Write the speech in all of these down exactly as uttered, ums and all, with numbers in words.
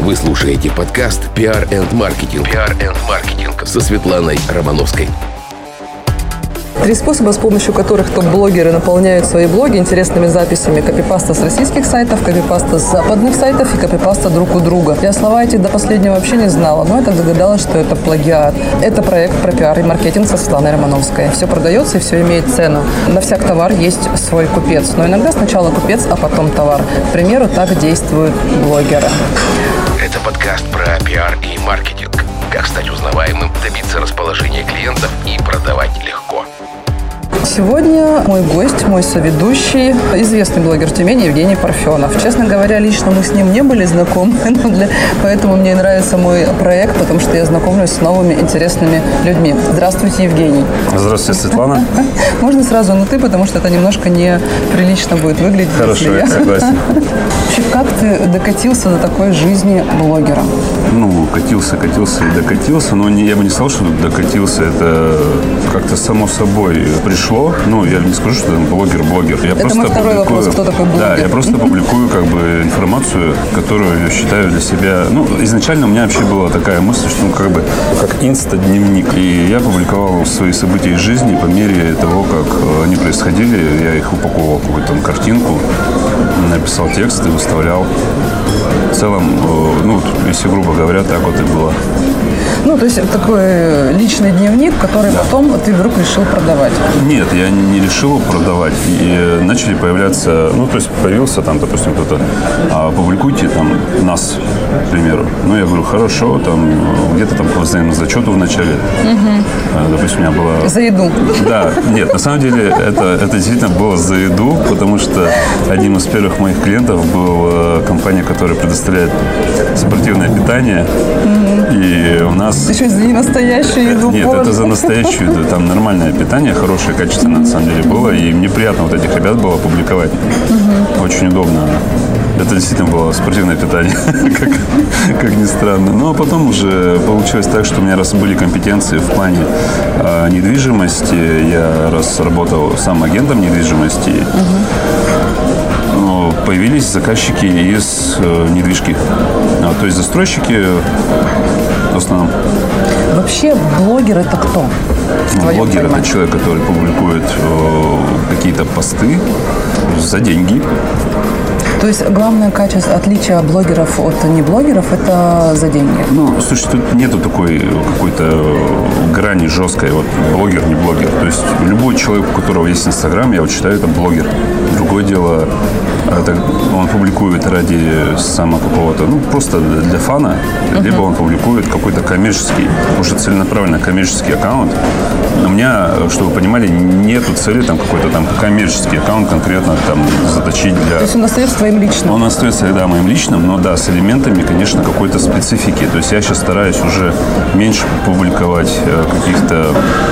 Вы слушаете подкаст пи ар энд маркетинг. пи ар энд маркетинг со Светланой Романовской. Три способа, с помощью которых топ-блогеры наполняют свои блоги интересными записями. Копипаста с российских сайтов, копипаста с западных сайтов и копипаста друг у друга. Я слова эти до последнего вообще не знала, но я так догадалась, что это плагиат. Это проект про пиар и маркетинг со Светланой Романовской. Все продается и все имеет цену. На всяк товар есть свой купец. Но иногда сначала купец, а потом товар. К примеру, так действуют блогеры. Это подкаст про пиар и маркетинг. Как стать узнаваемым, добиться расположения клиентов и продавать легко. Сегодня мой гость, мой соведущий, известный блогер Тюмени Евгений Парфенов. Честно говоря, лично мы с ним не были знакомы, но для... поэтому мне нравится мой проект, потому что я знакомлюсь с новыми интересными людьми. Здравствуйте, Евгений. Здравствуйте, Светлана. Можно сразу на «ты», потому что это немножко неприлично будет выглядеть. Хорошо, я согласен. Вообще, как ты докатился до такой жизни блогера? Ну, катился, катился и докатился, но не, я бы не сказал, что докатился. Это как-то само собой пришло. Ну, я не скажу, что я блогер-блогер. Я это просто мой второй публикую, вопрос, кто такой блогер? Да, я просто публикую как бы информацию, которую я считаю для себя... Ну, изначально у меня вообще была такая мысль, что ну, как бы как инста-дневник. И я публиковал свои события из жизни по мере того, как они происходили. Я их упаковывал в какую-то там картинку, написал текст и выставлял. В целом, ну, если грубо говоря, так вот и было. Ну, то есть такой личный дневник, который да. потом ты вдруг решил продавать. Нет, я не решил продавать. И начали появляться, ну, то есть появился там, допустим, кто-то, а, публикуйте там нас, к примеру. Ну, я говорю, хорошо, там где-то там по взаимному зачету в начале. Угу. Допустим, у меня было... За еду. Да, нет, на самом деле это, это действительно было за еду, потому что одним из первых моих клиентов была компания, которая предоставляет спортивное питание. Угу. И у нас... Еще за ненастоящую еду. Нет, это за настоящую еду. Там нормальное питание, хорошее, качественное на самом деле было. И мне приятно вот этих ребят было публиковать. Угу. Очень удобно. Это действительно было спортивное питание, как, как ни странно. Ну, а потом уже получилось так, что у меня раз были компетенции в плане э, недвижимости. Я раз работал сам агентом недвижимости. Угу. Появились заказчики из э, недвижки. А, то есть застройщики в основном. Вообще блогер это кто? Блогер это человек, который публикует э, какие-то посты за деньги. То есть главное качество, отличие блогеров от неблогеров – это за деньги? Ну, слушай, тут нету такой какой-то грани жесткой, вот блогер, не блогер. То есть любой человек, у которого есть Инстаграм, я вот считаю, это блогер. Другое дело, это он публикует ради самого какого-то, ну, просто для фана, uh-huh. либо он публикует какой-то коммерческий, уже целенаправленно коммерческий аккаунт. У меня, чтобы вы понимали, нету цели там какой-то там коммерческий аккаунт конкретно там заточить для... То есть он остается твоим личным? Он остается, да, моим личным, но да, с элементами, конечно, какой-то специфики. То есть я сейчас стараюсь уже меньше публиковать э, каких-то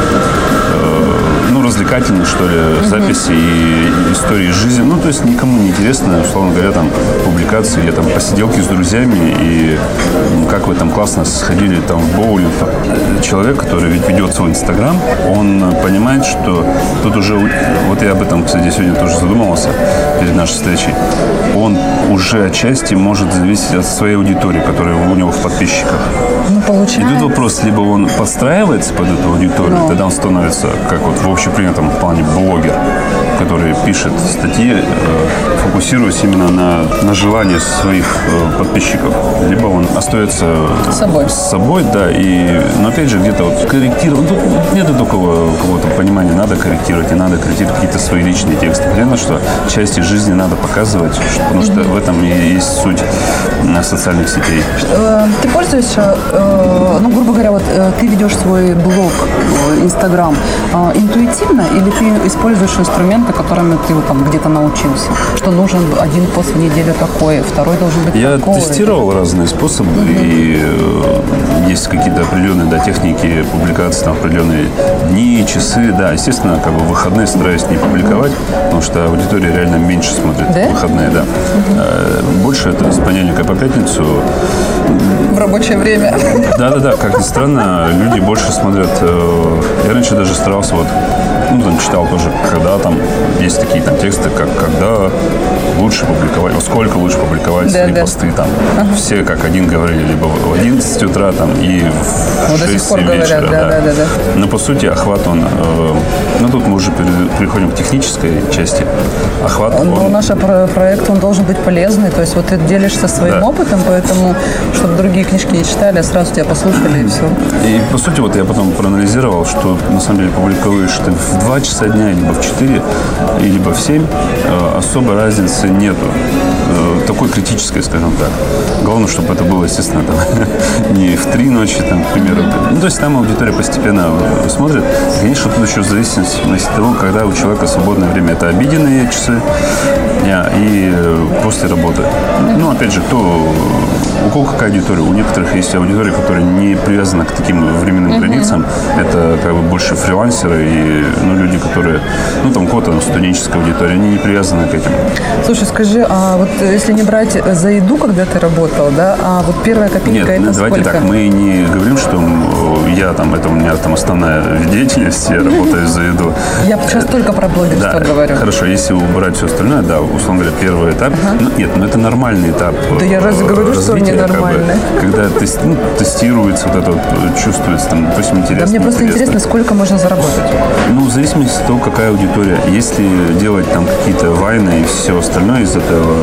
э, ну, развлекательных, что ли, uh-huh. записи и истории из жизни. Ну, то есть никому не интересно, условно говоря, там, публикации или там посиделки с друзьями и как вы там классно сходили там в боулинг. Человек, который ведь ведет свой Инстаграм, он понимает, что тут уже, вот я об этом, кстати, сегодня тоже задумывался перед нашей встречей, он уже отчасти может зависеть от своей аудитории, которая у него в подписчиках. Ну, получается. И тут вопрос, либо он подстраивается под эту аудиторию, no. тогда он становится, как вот в общепринятом плане, блогер, который пишет статьи, фокусируясь именно на, на желании своих подписчиков. Либо он остается с собой. С собой, да, и, но опять же, где-то вот корректировать. Тут нет такого какого-то понимания, надо корректировать, и надо корректировать какие-то свои личные тексты. Понятно, что части жизни надо показывать, потому что mm-hmm. в этом и есть суть социальных сетей. Ты пользуешься, ну, грубо говоря, вот ты ведешь свой блог, Инстаграм, интуитивно, или ты используешь инструменты, которыми ты вот, там где-то научился? Что нужен один пост в неделю такой, второй должен быть Я такой? Я тестировал разные способы, mm-hmm. и э, есть какие-то определенные, да, техники публикации, там определенные дни, часы, да, естественно, как бы в выходные стараюсь не публиковать, потому что аудитория реально меньше смотрит да? в выходные, да. Mm-hmm. Больше это с понедельника по пятницу. В рабочее время. Да-да-да, как ни странно, люди больше смотрят. Я раньше даже старался вот ну, там читал тоже, когда там есть такие там тексты, как когда лучше публиковать, во сколько лучше публиковать да, свои да. посты там. Ага. Все как один говорили, либо в одиннадцать утра там и в шесть-семь вечера. Говорят, да. Да, да, да. Но по сути охват он, э, ну тут мы уже переходим к технической части. Охват Но он... наш проект, он должен быть полезный, то есть вот ты делишься своим да. опытом, поэтому, чтобы другие книжки не читали, а сразу тебя послушали и все. И по сути вот я потом проанализировал, что на самом деле публикуешь ты в два часа дня, либо в четыре, либо в семь, э, особой разницы нету. Э, такой критической, скажем так. Главное, чтобы это было, естественно, там, не в три ночи, там, к примеру. Ну, то есть там аудитория постепенно смотрит. Конечно, тут еще в зависимости от того, когда у человека свободное время. Это обеденные часы и после работы. Ну, опять же, кто, у кого какая аудитория. У некоторых есть аудитория, которая не привязана к таким временным границам. Это как бы больше фрилансеры и ну, люди, которые, ну, там, у кого-то студенческая аудитория, они не привязаны к этим. Слушай, скажи, а вот если не брать за еду, когда ты работал, да, а вот первая копейка, Нет, это давайте сколько? так, мы не говорим, что я там, это у меня там основная деятельность, я работаю за еду. Я сейчас только про блогерство да, говорю. Хорошо, если убрать все остальное, да, условно говоря, первый этап. Ага. Ну, нет, ну это нормальный этап. Да я разве говорю, что он ненормальный? Как бы, когда тест, ну, тестируется вот это вот, чувствуется, там, допустим, интересно. Да мне просто интересно. интересно, сколько можно заработать. Ну, в зависимости от того, какая аудитория. Если делать там какие-то вайны и все остальное из этого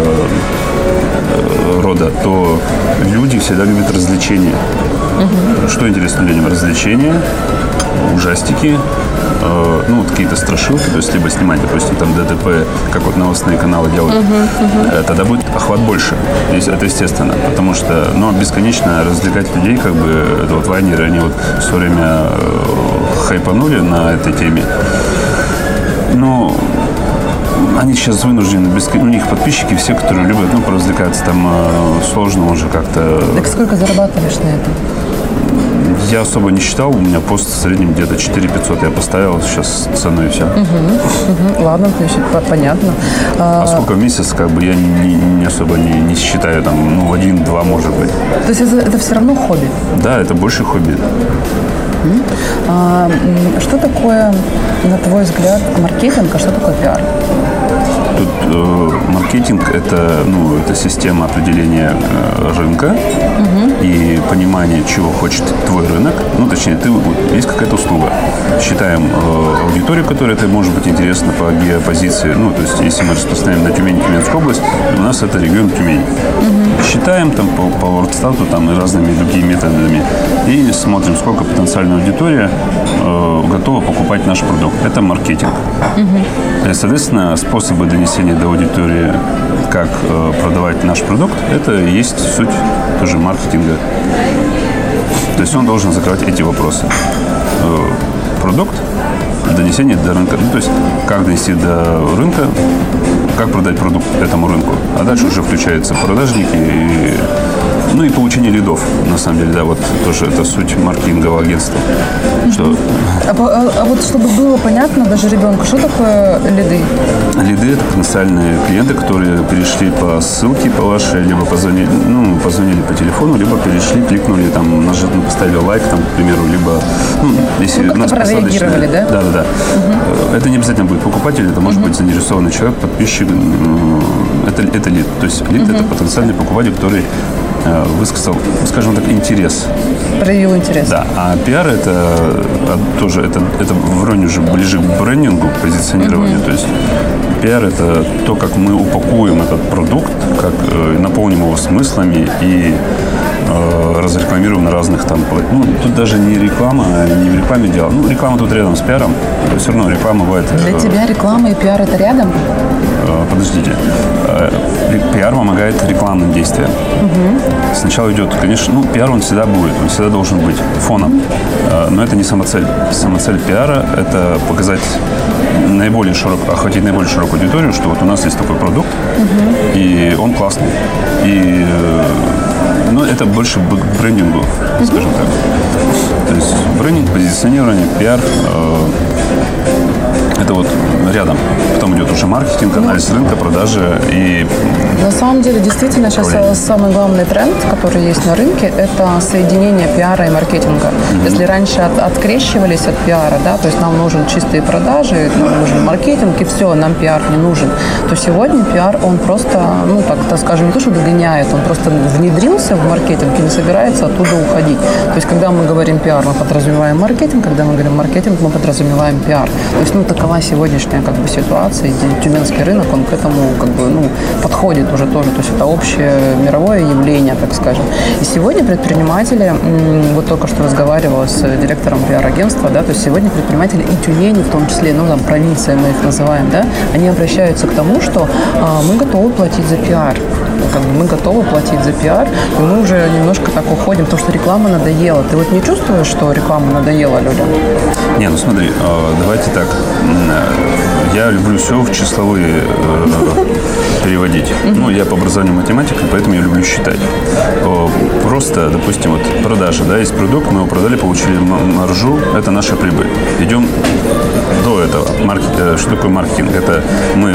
рода, то люди всегда любят развлечения. Угу. Что интересно людям? Развлечения, ужастики, э, ну, вот какие-то страшилки, то есть либо снимать, допустим, там ДТП, как вот новостные каналы делают, uh-huh, uh-huh. тогда будет охват больше. Это естественно, потому что, ну, бесконечно развлекать людей, как бы, это вот вайнеры, они вот все время э, хайпанули на этой теме. Но они сейчас вынуждены, без... у них подписчики все, которые любят, ну, поразвлекаться, там э, сложно уже как-то. Так сколько зарабатываешь на этом? Я особо не считал, у меня пост в среднем где-то четыре пятьсот я поставил, сейчас цену и все. Угу, угу. Ладно, значит, понятно. А, а сколько в месяц, как бы, я не, не особо не, не считаю, там, ну, один-два, может быть. То есть это, это все равно хобби? Да, это больше хобби. А, что такое, на твой взгляд, маркетинг, а что такое пиар? Тут э, маркетинг – это, ну, это система определения э, рынка угу. и понимания, чего хочет твой рынок. Ну, точнее, ты, вот, есть какая-то услуга. Считаем э, аудиторию, которая это может быть интересна по геопозиции. Ну, то есть, если мы распространяем на Тюмень, Тюменскую область, у нас это регион Тюмень. Угу. Считаем там по, по вордстату там, и разными другими методами. И смотрим, сколько потенциальная аудитория э, готова покупать наш продукт. Это маркетинг. Угу. И, соответственно, способы донесения до аудитории, как э, продавать наш продукт, это и есть суть тоже маркетинга. То есть он должен закрывать эти вопросы. Э, продукт, донесение до рынка. Ну, то есть как донести до рынка, как продать продукт этому рынку. А дальше уже включаются продажники и, ну, и получение лидов. На самом деле, да, вот тоже это суть маркетингового агентства. Что... А, а, а вот чтобы было понятно даже ребенку, что такое лиды? Лиды – это потенциальные клиенты, которые перешли по ссылке по вашей, либо позвонили, ну, позвонили по телефону, либо перешли, кликнули, там, нажали, поставили лайк, там, к примеру, либо, ну, если ну, у нас прореагировали, да? Да, да, да. Угу. Это не обязательно будет покупатель, это может угу. быть заинтересованный человек, подписчик, это, это лид. То есть лид угу. – это потенциальный покупатель, который высказал, скажем так, интерес. Проявил интерес. Да. А пиар это тоже это, это вроде уже ближе к брендингу, позиционированию. Mm-hmm. То есть пиар это то, как мы упакуем этот продукт, как э, наполним его смыслами и э, разрекламируем на разных там. Ну, тут даже не реклама, не в рекламе дело. Ну, реклама тут рядом с пиаром. Все равно реклама бывает. Для э, тебя реклама и пиар это рядом? Э, подождите. Э, пиар помогает рекламным действиям. Угу. Сначала идет, конечно, ну, пиар он всегда будет, он всегда должен быть фоном. Но это не самоцель. Самоцель пиара – это показать наиболее широкую, охватить наиболее широкую аудиторию, что вот у нас есть такой продукт, угу. и он классный. И, ну, это больше к брендингу, угу. скажем так. То есть брендинг, позиционирование, пиар. Это вот рядом. Потом идет уже маркетинг, анализ рынка, продажи и... На самом деле, действительно, сейчас самый главный тренд, который есть на рынке, это соединение пиара и маркетинга. Mm-hmm. Если раньше от, открещивались от пиара, да, то есть нам нужен чистые продажи, нам нужен маркетинг, и все, нам пиар не нужен, то сегодня пиар, он просто, ну, так, так скажем, не то, что догоняет, он просто внедрился в маркетинг и не собирается оттуда уходить. То есть, когда мы говорим пиар, мы подразумеваем маркетинг, когда мы говорим маркетинг, мы подразумеваем пиар. То есть, ну, такова сегодняшняя, как бы, ситуация, и тюменский рынок, он к этому, как бы, ну, подходит уже тоже, то есть, это общее мировое явление, так скажем. И сегодня предприниматели, вот только что разговаривала с директором пиар-агентства, да, то есть, сегодня предприниматели и Тюмени, в том числе, ну, там, провинция мы их называем, да, они обращаются к тому, что а, мы готовы платить за пиар. Как бы мы готовы платить за пиар, и мы уже немножко так уходим, потому что реклама надоела. Ты вот не чувствуешь, что реклама надоела людям? Не, ну смотри, давайте так. Я люблю все в числовые переводить. Ну, я по образованию математик, поэтому я люблю считать. Просто, допустим, вот продажа, да, есть продукт, мы его продали, получили маржу, это наша прибыль. Идем до этого. Маркет, что такое маркетинг? Это мы,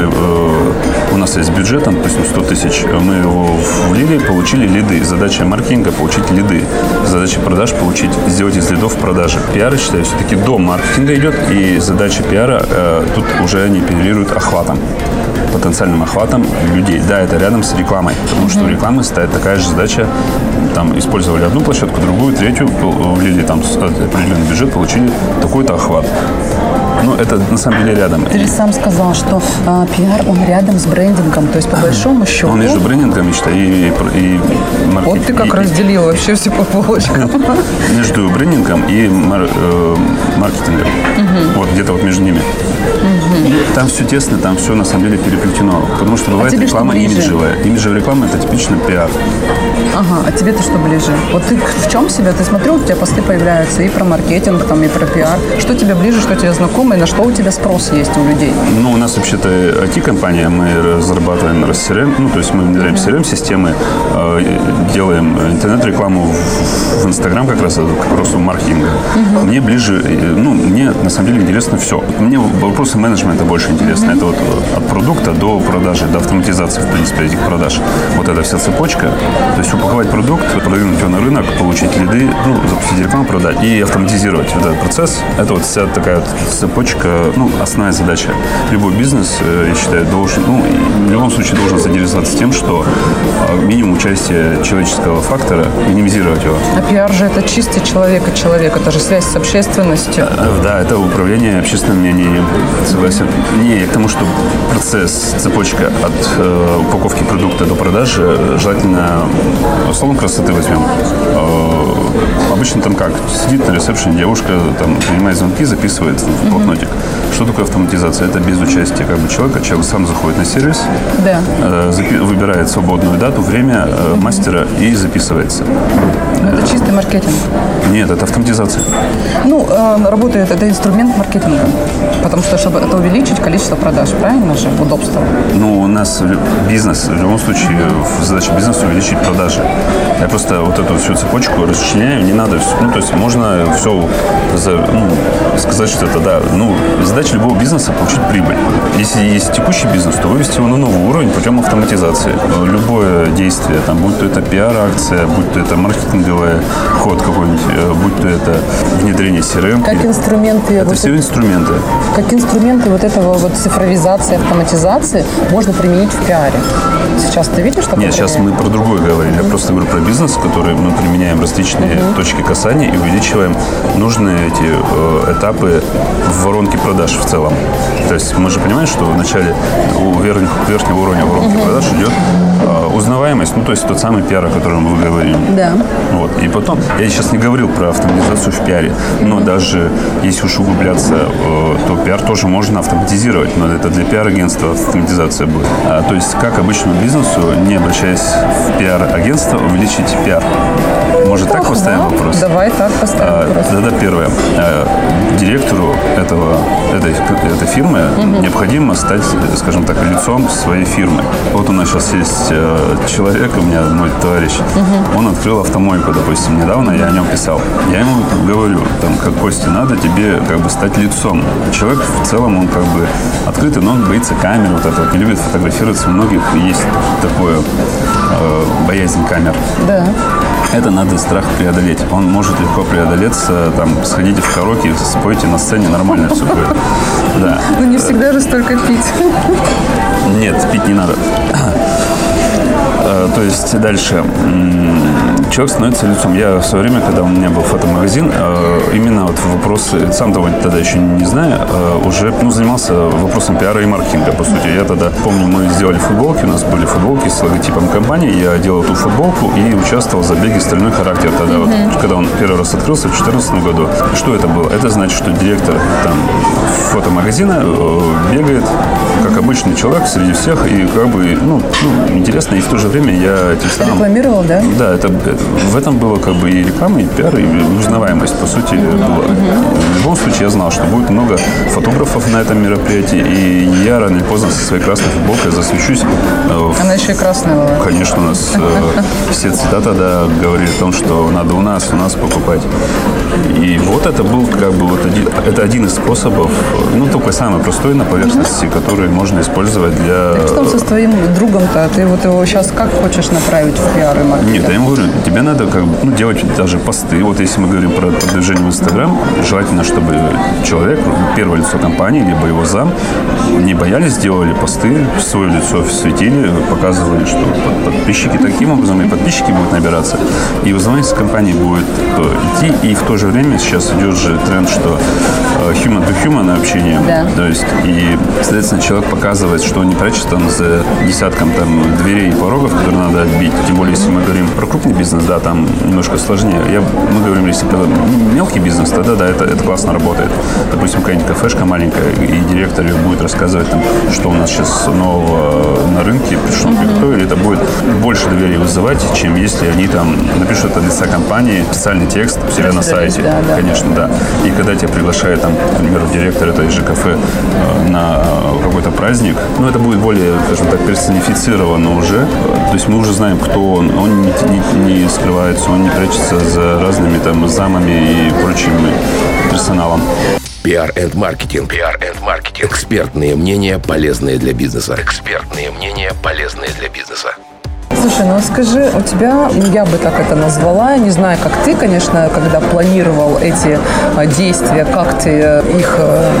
у нас есть бюджет, там, допустим, сто тысяч, мы его влили, получили лиды. Задача маркетинга – получить лиды. Задача продаж – получить, сделать из лидов продажи. Пиар, я считаю, все-таки до маркетинга идет, и задача пиара э, тут уже они апеллируют охватом, потенциальным охватом людей. Да, это рядом с рекламой, потому что у рекламы стоит такая же задача. Там использовали одну площадку, другую, третью, влили там определенный бюджет, получили такой-то охват. Ну, это на самом деле рядом. Ты же сам сказал, что а, пиар, он рядом с брендингом, то есть по большому счету... Он между брендингом, я считаю, и, и маркетингом. Вот ты как и, разделил вообще все по полочкам. Между брендингом и мар, э, маркетингом. Угу. Вот где-то вот между ними. Угу. Там все тесно, там все на самом деле переплетено. Потому что бывает а реклама имиджевая. Имиджевая реклама – это типично пиар. Ага, а тебе-то что ближе? Вот ты в чем себя? Ты смотрел, у тебя посты появляются и про маркетинг, там, и про пиар. Что тебе ближе, что тебе знакомо, и на что у тебя спрос есть у людей? Ну, у нас вообще-то ай ти-компания, мы разрабатываем си эр эм, ну, то есть мы внедряем uh-huh. си эр эм-системы, э, делаем интернет-рекламу в, в Инстаграм как раз, как вопросу маркетинга. Uh-huh. Мне ближе, ну, мне на самом деле интересно все. Мне вопросы менеджмента больше интересны. Uh-huh. Это вот от продукта до продажи, до автоматизации, в принципе, этих продаж. Вот эта вся цепочка. То есть упаковать продукт, продвинуть его на рынок, получить лиды, ну, запустить рекламу, продать и автоматизировать вот этот процесс. Это вот вся такая вот цепочка, ну, основная задача. Любой бизнес, я считаю, должен, ну, в любом случае должен заинтересоваться тем, что минимум участия человеческого фактора, минимизировать его. А пиар же это чистый человека-человек, это же связь с общественностью. Да, это управление общественным мнением, согласен. Не, к тому, что процесс, цепочка от э, упаковки продукта до продажи, желательно салон красоты возьмем. Э, обычно там как? Сидит на ресепшене девушка, там, принимает звонки, записывает в блокнотик. Mm-hmm. Что такое автоматизация? Это без участия как бы человека. Человек сам заходит на сервис, да. э, запи- выбирает свободную дату, время э, мастера и записывается. Но это чистый маркетинг. Нет, это автоматизация. Ну, э, работает, это инструмент маркетинга. Потому что, чтобы это увеличить количество продаж, правильно же? Удобство. Ну, у нас бизнес, в любом случае, задача бизнеса увеличить продажи. Я просто вот эту всю цепочку расчленяю, не надо, ну, то есть можно все ну, сказать, что это, да, ну, задача любого бизнеса – получить прибыль. Если есть текущий бизнес, то вывести его на новый уровень путем автоматизации. Любое действие, там, будь то это пиар-акция, будь то это маркетинговый ход какой-нибудь, будь то это внедрение си эр эм. Как инструменты. Это вот все это, инструменты. Как инструменты вот этого вот цифровизации, автоматизации можно применить в пиаре. Сейчас ты видишь такое? Нет, сейчас мы про другое говорим. Uh-huh. Я просто говорю про бизнес, в который мы применяем различные uh-huh. точки касания и увеличиваем нужные эти э, этапы в воронке продаж в целом. То есть мы же понимаем, что в начале у верх, верхнего уровня воронки uh-huh. продаж идет э, узнаваемость, ну то есть тот самый пиар, о котором мы говорим. Да. Вот. И потом, я сейчас не говорил про автоматизацию в пиаре, но uh-huh. даже если уж углубляться, э, то пиар тоже можно автоматизировать, но это для пиар-агентства автоматизация будет. А, то есть как обычному бизнесу, не обращаясь в пиар-агентство, увеличить пиар. может, так поставим да. вопрос? Давай так поставим а, вопрос. Тогда первое. А, директору этого, этой, этой фирмы угу. необходимо стать, скажем так, лицом своей фирмы. Вот у нас сейчас есть э, человек, у меня мой товарищ, угу. он открыл автомойку, допустим, недавно, я о нем писал. Я ему говорю, там, как Костя, надо тебе как бы стать лицом. Человек в целом, он как бы открытый, но он боится камеры, вот это вот, не любит фотографироваться. У многих есть такое э, боязнь камер. Да. Это надо страх преодолеть. Он может легко преодолеться. Там, сходите в караоке, спойте на сцене, нормально все будет. Да. Ну, не всегда же столько пить. Нет, пить не надо. То есть дальше человек становится лицом. Я в свое время, когда у меня был фотомагазин, именно вот вопросы, сам того тогда еще не знаю, уже ну, занимался вопросом пиара и маркетинга, по сути. Я тогда, помню, мы сделали футболки, у нас были футболки с логотипом компании, я делал эту футболку и участвовал в забеге «Стальной характер». Тогда mm-hmm. вот, когда он первый раз открылся в две тысячи четырнадцатом году. Что это было? Это значит, что директор там фотомагазина бегает, как обычный человек, среди всех, и как бы, ну, ну интересно, и в то же время я тем самым... Рекламировал, да? Да, это, в этом было как бы и реклама, и пиар, и узнаваемость, по сути, mm-hmm. была. Mm-hmm. В любом случае, я знал, что будет много фотографов на этом мероприятии, и я рано или поздно со своей красной футболкой засвечусь. Она еще и красная была. Конечно, у нас все цвета тогда говорили о том, что надо у нас, у нас покупать. И вот это был как бы вот один, это один из способов, ну, только самый простой на поверхности, mm-hmm. который можно использовать для... Так что с твоим другом-то? Ты вот его сейчас как хочешь направить в пиар и маркетинг? Нет, я ему говорю, тебе надо как бы, ну, делать даже посты. Вот если мы говорим про продвижение в Инстаграм, желательно, чтобы человек, первое лицо компании, либо его зам, не боялись, делали посты, свое лицо светили, показывали, что подписчики таким образом, и подписчики будут набираться, и узнаваемость компании будет идти. И в то же время сейчас идет же тренд, что human to human общение. Да. То есть, и, соответственно, человек показывает, что он не прячется там за десятком там, дверей и порогов, которые надо отбить. Тем более, если мы говорим про крупный бизнес, да, там немножко сложнее. Я, мы говорим, если про мелкий бизнес, тогда да, это, это классно работает. Допустим, какая-нибудь кафешка маленькая, и директор ее будет рассказывать, там, что у нас сейчас нового на рынке, что мы приготовили, это будет больше доверия вызывать, чем если они там напишут от лица компании специальный текст у себя на сайте. Да, да. Конечно, да. И когда тебя приглашают, там, например, директор этой же кафе на какой-то праздник, ну, это будет более, скажем так, персонифицировано уже. То есть мы уже знаем, кто он. Он не, не, не скрывается, он не прячется за разными там замами и прочим персоналом. пиар энд маркетинг. пиар энд маркетинг. Экспертные мнения, полезные для бизнеса. Экспертные мнения, полезные для бизнеса. Слушай, ну скажи, у тебя, я бы так это назвала, не знаю, как ты, конечно, когда планировал эти действия, как ты их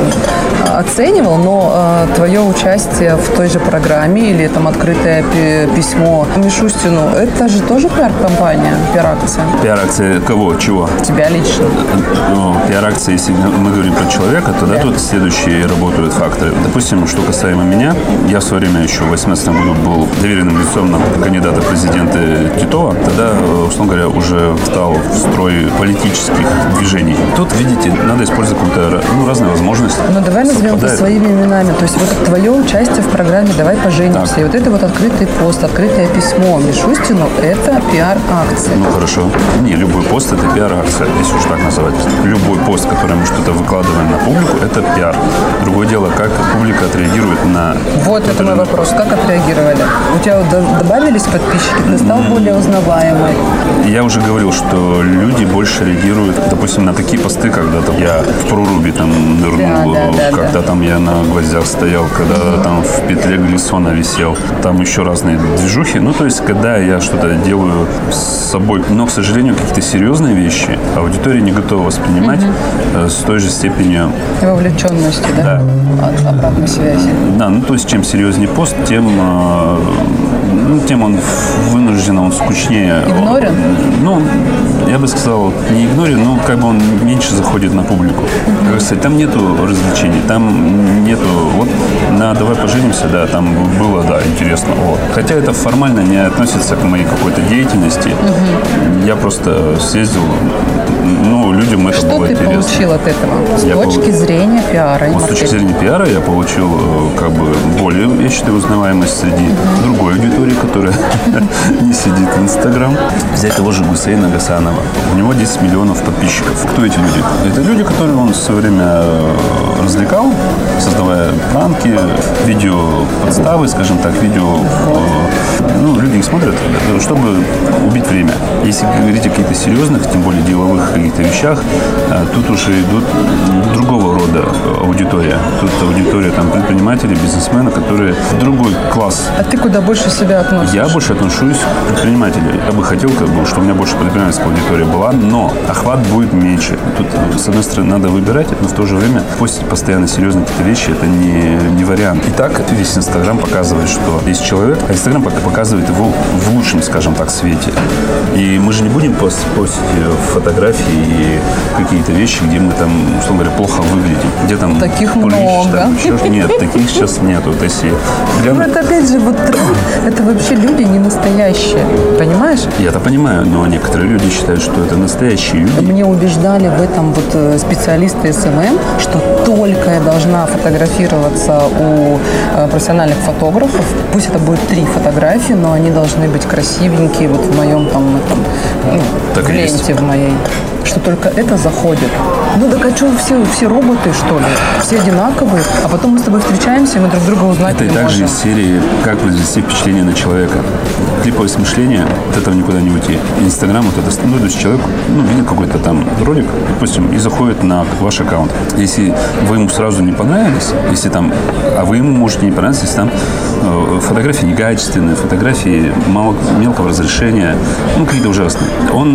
оценивал, но твое участие в той же программе или там открытое письмо Мишустину, это же тоже пиар-компания, пиар-акция? Пиар-акция кого? Чего? Тебя лично. Ну, пиар-акция, если мы говорим про человека, тогда да. тут следующие работают факторы. Допустим, что касаемо меня, я в свое время еще в две тысячи восемнадцатом году был доверенным лицом на кандидата президента Титова, тогда, условно говоря, уже встал в строй политических движений. Тут, видите, надо использовать какую-то, ну, разные возможности. Ну, давай назовем это своими именами. То есть вот твое участие в программе «Давай поженимся». Так. И вот это вот открытый пост, открытое письмо Мишустину – это пиар-акция. Ну, хорошо. Не, любой пост – это пиар-акция, если уж так называть. Любой пост, который мы что-то выкладываем на публику – это пиар. Другое дело, как публика отреагирует на… Вот это мой вопрос. Как отреагировали? У тебя добавились подписчики? Ты стал mm. более узнаваемый? Я уже говорил, что люди больше реагируют, допустим, на такие посты, когда там я в проруби там нырнул, да, да, да, когда да. там я на гвоздях стоял, когда mm. там в петле глиссона висел, там еще разные движухи. Ну, то есть, когда я что-то делаю с собой, но, к сожалению, какие-то серьезные вещи аудитория не готова воспринимать mm-hmm. с той же степенью вовлеченности, да? Да. От обратной связи. Да, ну, то есть, чем серьезнее пост, тем ну, тем он вынужден, он скучнее. Игнорен? Ну, я бы сказал, не игнорен, но как бы он меньше заходит на публику. Mm-hmm. Как сказать, там нету развлечений, там нету, вот на «Давай поженимся», да, там было, да, интересно. Вот. Хотя это формально не относится к моей какой-то деятельности. Mm-hmm. Я просто съездил, ну, людям это Что было ты интересно. получил от этого? С Я точки пол- зрения пиара. и Вот с точки маркетинга. зрения пиара я получил э, как бы более, я считаю, узнаваемость среди другой аудитории, которая не сидит в Инстаграм. Взять того же Гусейна Гасанова. У него десять миллионов подписчиков. Кто эти люди? Это люди, которые он в свое время э, развлекал, создавая пранки, видео подставы, скажем так, видео. э, Ну, люди их смотрят, э, чтобы убить время. Если говорить о каких-то серьезных, тем более деловых каких-то вещах, э, тут уже идут другого рода аудитория. Тут аудитория там предпринимателей, бизнесменов, которые другой класс. А ты куда больше себя относишь? Я больше отношусь к предпринимателям. Я бы хотел, как бы, чтобы у меня больше предпринимательская аудитория была, но охват будет меньше. Тут, с одной стороны, надо выбирать, но в то же время постить постоянно серьезные какие-то вещи, это не, не вариант. Итак, весь Инстаграм показывает, что есть человек, а Инстаграм показывает его в лучшем, скажем так, свете. И мы же не будем пост- постить фотографии и какие-то вещи, где мы там, условно говоря, плохо выглядим. Где там Таких прыщ, много. там еще что- Нет, таких сейчас нету. Вот если Ну, глянуть- это опять же, вот это вообще люди не настоящие. Понимаешь? Я-то понимаю, но некоторые люди считают, что это настоящие люди. Мне убеждали в этом вот э, специалисты эс эм эм, что только я должна фотографироваться у э, профессиональных фотографов. Пусть это будет три фотографии, но они должны быть красивенькие, вот в моем там, этом, ну, Так в и есть. ленте в моей. Что только это заходит. Ну так а что, все, все роботы, что ли? Все одинаковые, а потом мы с тобой встречаемся, и мы друг друга узнать Это и не также можем. из серии «Как произвести впечатление на человека». Клиповое смышление, от этого никуда не уйти. Инстаграм, вот это, ну, то есть человек, ну, видит какой-то там ролик, допустим, и заходит на ваш аккаунт. Если вы ему сразу не понравились, если там, а вы ему можете не понравиться, если там э, фотографии некачественные, фотографии мало, мелкого разрешения, ну, какие-то ужасные.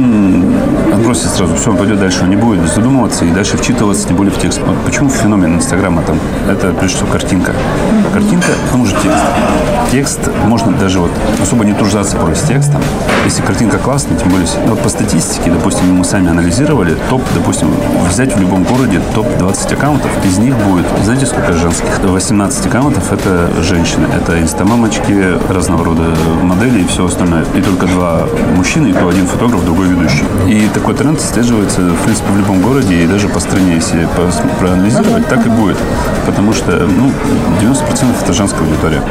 Он отбросит сразу, все, он пойдет дальше, он не будет задумываться и дальше вчитываться, тем более в текст. Вот почему феномен Инстаграма там? Это, прежде всего, картинка. Картинка, к тому же текст. Текст, можно даже вот особо не труждаться порой с текстом. Если картинка классная, тем более, ну, вот по статистике, допустим, мы сами анализировали, топ, допустим, взять в любом городе топ двадцать аккаунтов, из них будет, знаете, сколько женских? восемнадцать аккаунтов – это женщины, это инстамамочки, разного рода модели и все остальное. И только два мужчины, и то один фотограф, другой ведущий. И такой тренд отслеживается, в принципе, в любом городе и даже по стране, если пос- проанализировать, так и будет. Потому что, ну, девяносто процентов это женская аудитория.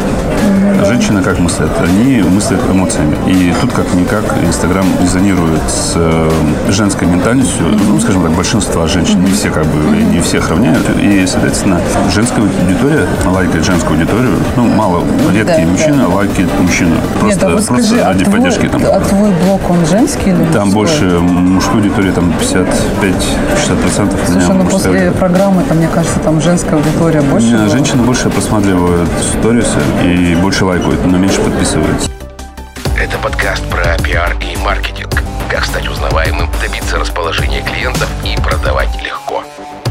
А женщины как мыслят? Они мыслят эмоциями. И тут как-никак Инстаграм резонирует с э, женской ментальностью, ну, скажем так, большинства женщин. Не все как бы, не всех равняют. И, соответственно, женская аудитория лайкает женскую аудиторию. Ну, мало, редкие Да, мужчины да. лайкают мужчину. Просто, Нет, а вот просто скажи, а ради твой, поддержки. Там. а твой блог, он женский или Там мужской? больше мужской аудитории, там пятьдесят пять - шестьдесят процентов. Слушай, ну после программы, там, мне кажется, там женская аудитория больше. Не, была. женщины больше просматривают сторисы и больше лайкают, но меньше подписываются. Это подкаст про пиар и маркетинг. Как стать узнаваемым, добиться расположения клиентов и продавать легко.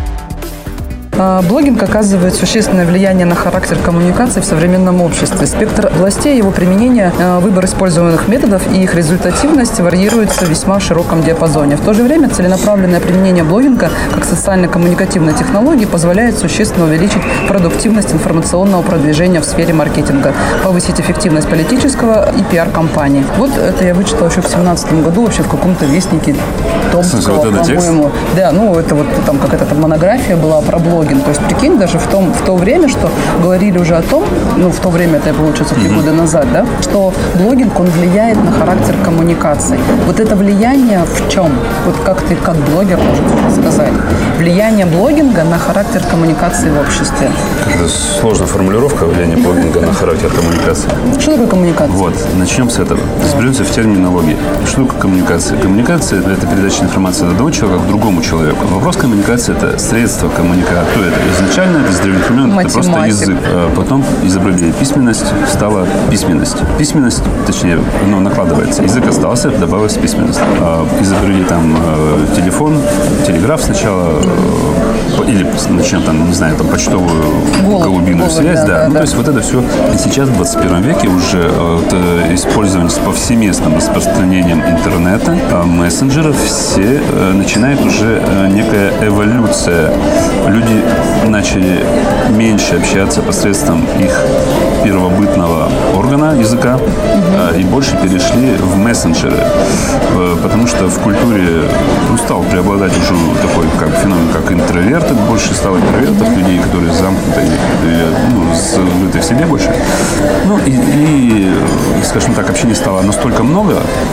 А, Блогинг оказывает существенное влияние на характер коммуникации в современном обществе. Спектр областей его применения, а, выбор используемых методов и их результативность варьируется в весьма широком диапазоне. В то же время целенаправленное применение блогинга как социально-коммуникативной технологии позволяет существенно увеличить продуктивность информационного продвижения в сфере маркетинга, повысить эффективность политического и пиар-компаний. Вот это я вычитала еще в две тысячи семнадцатом году вообще в каком-то вестнике Томского, Вот это текст? по-моему. Да, ну это вот там какая-то там монография была про блогинг. То есть, прикинь, даже в, том, в то время, что говорили уже о том, ну, в то время, это, получается, три года назад, да, что блогинг, он влияет на характер коммуникаций. Вот это влияние в чем? Вот как ты, как блогер, можешь сказать? Влияние блогинга на характер коммуникации в обществе. Это сложная формулировка влияния блогинга на характер коммуникации. Что такое коммуникация? Вот, начнем с этого. Разберемся в терминологии. Что такое коммуникация? Коммуникация – это передача информации от одного человека к другому человеку. Вопрос коммуникации – это средство коммуникации. Это изначально, это с древних времен, это просто язык. А потом изобрели письменность, стала письменность. Письменность, точнее, ну, накладывается. Язык остался, добавилась письменность. А изобрели там э, телефон, телеграф сначала, э, или начнем там, не знаю, там почтовую Голубь, голубиную голубь, связь, да, да. да, Ну, да. то есть вот это все. И сейчас, в двадцать первом веке, уже э, вот, э, использование с повсеместным распространением интернета, э, мессенджеров, процессе начинает уже некая эволюция. Люди начали меньше общаться посредством их первобытного органа языка угу. и больше перешли в мессенджеры. Потому что в культуре ну, стал преобладать уже такой как, феномен, как интроверты. Больше стало интровертов, угу. людей, которые замкнуты, ну, закрыты в себе больше. Ну и, и, скажем так, общения стало настолько много,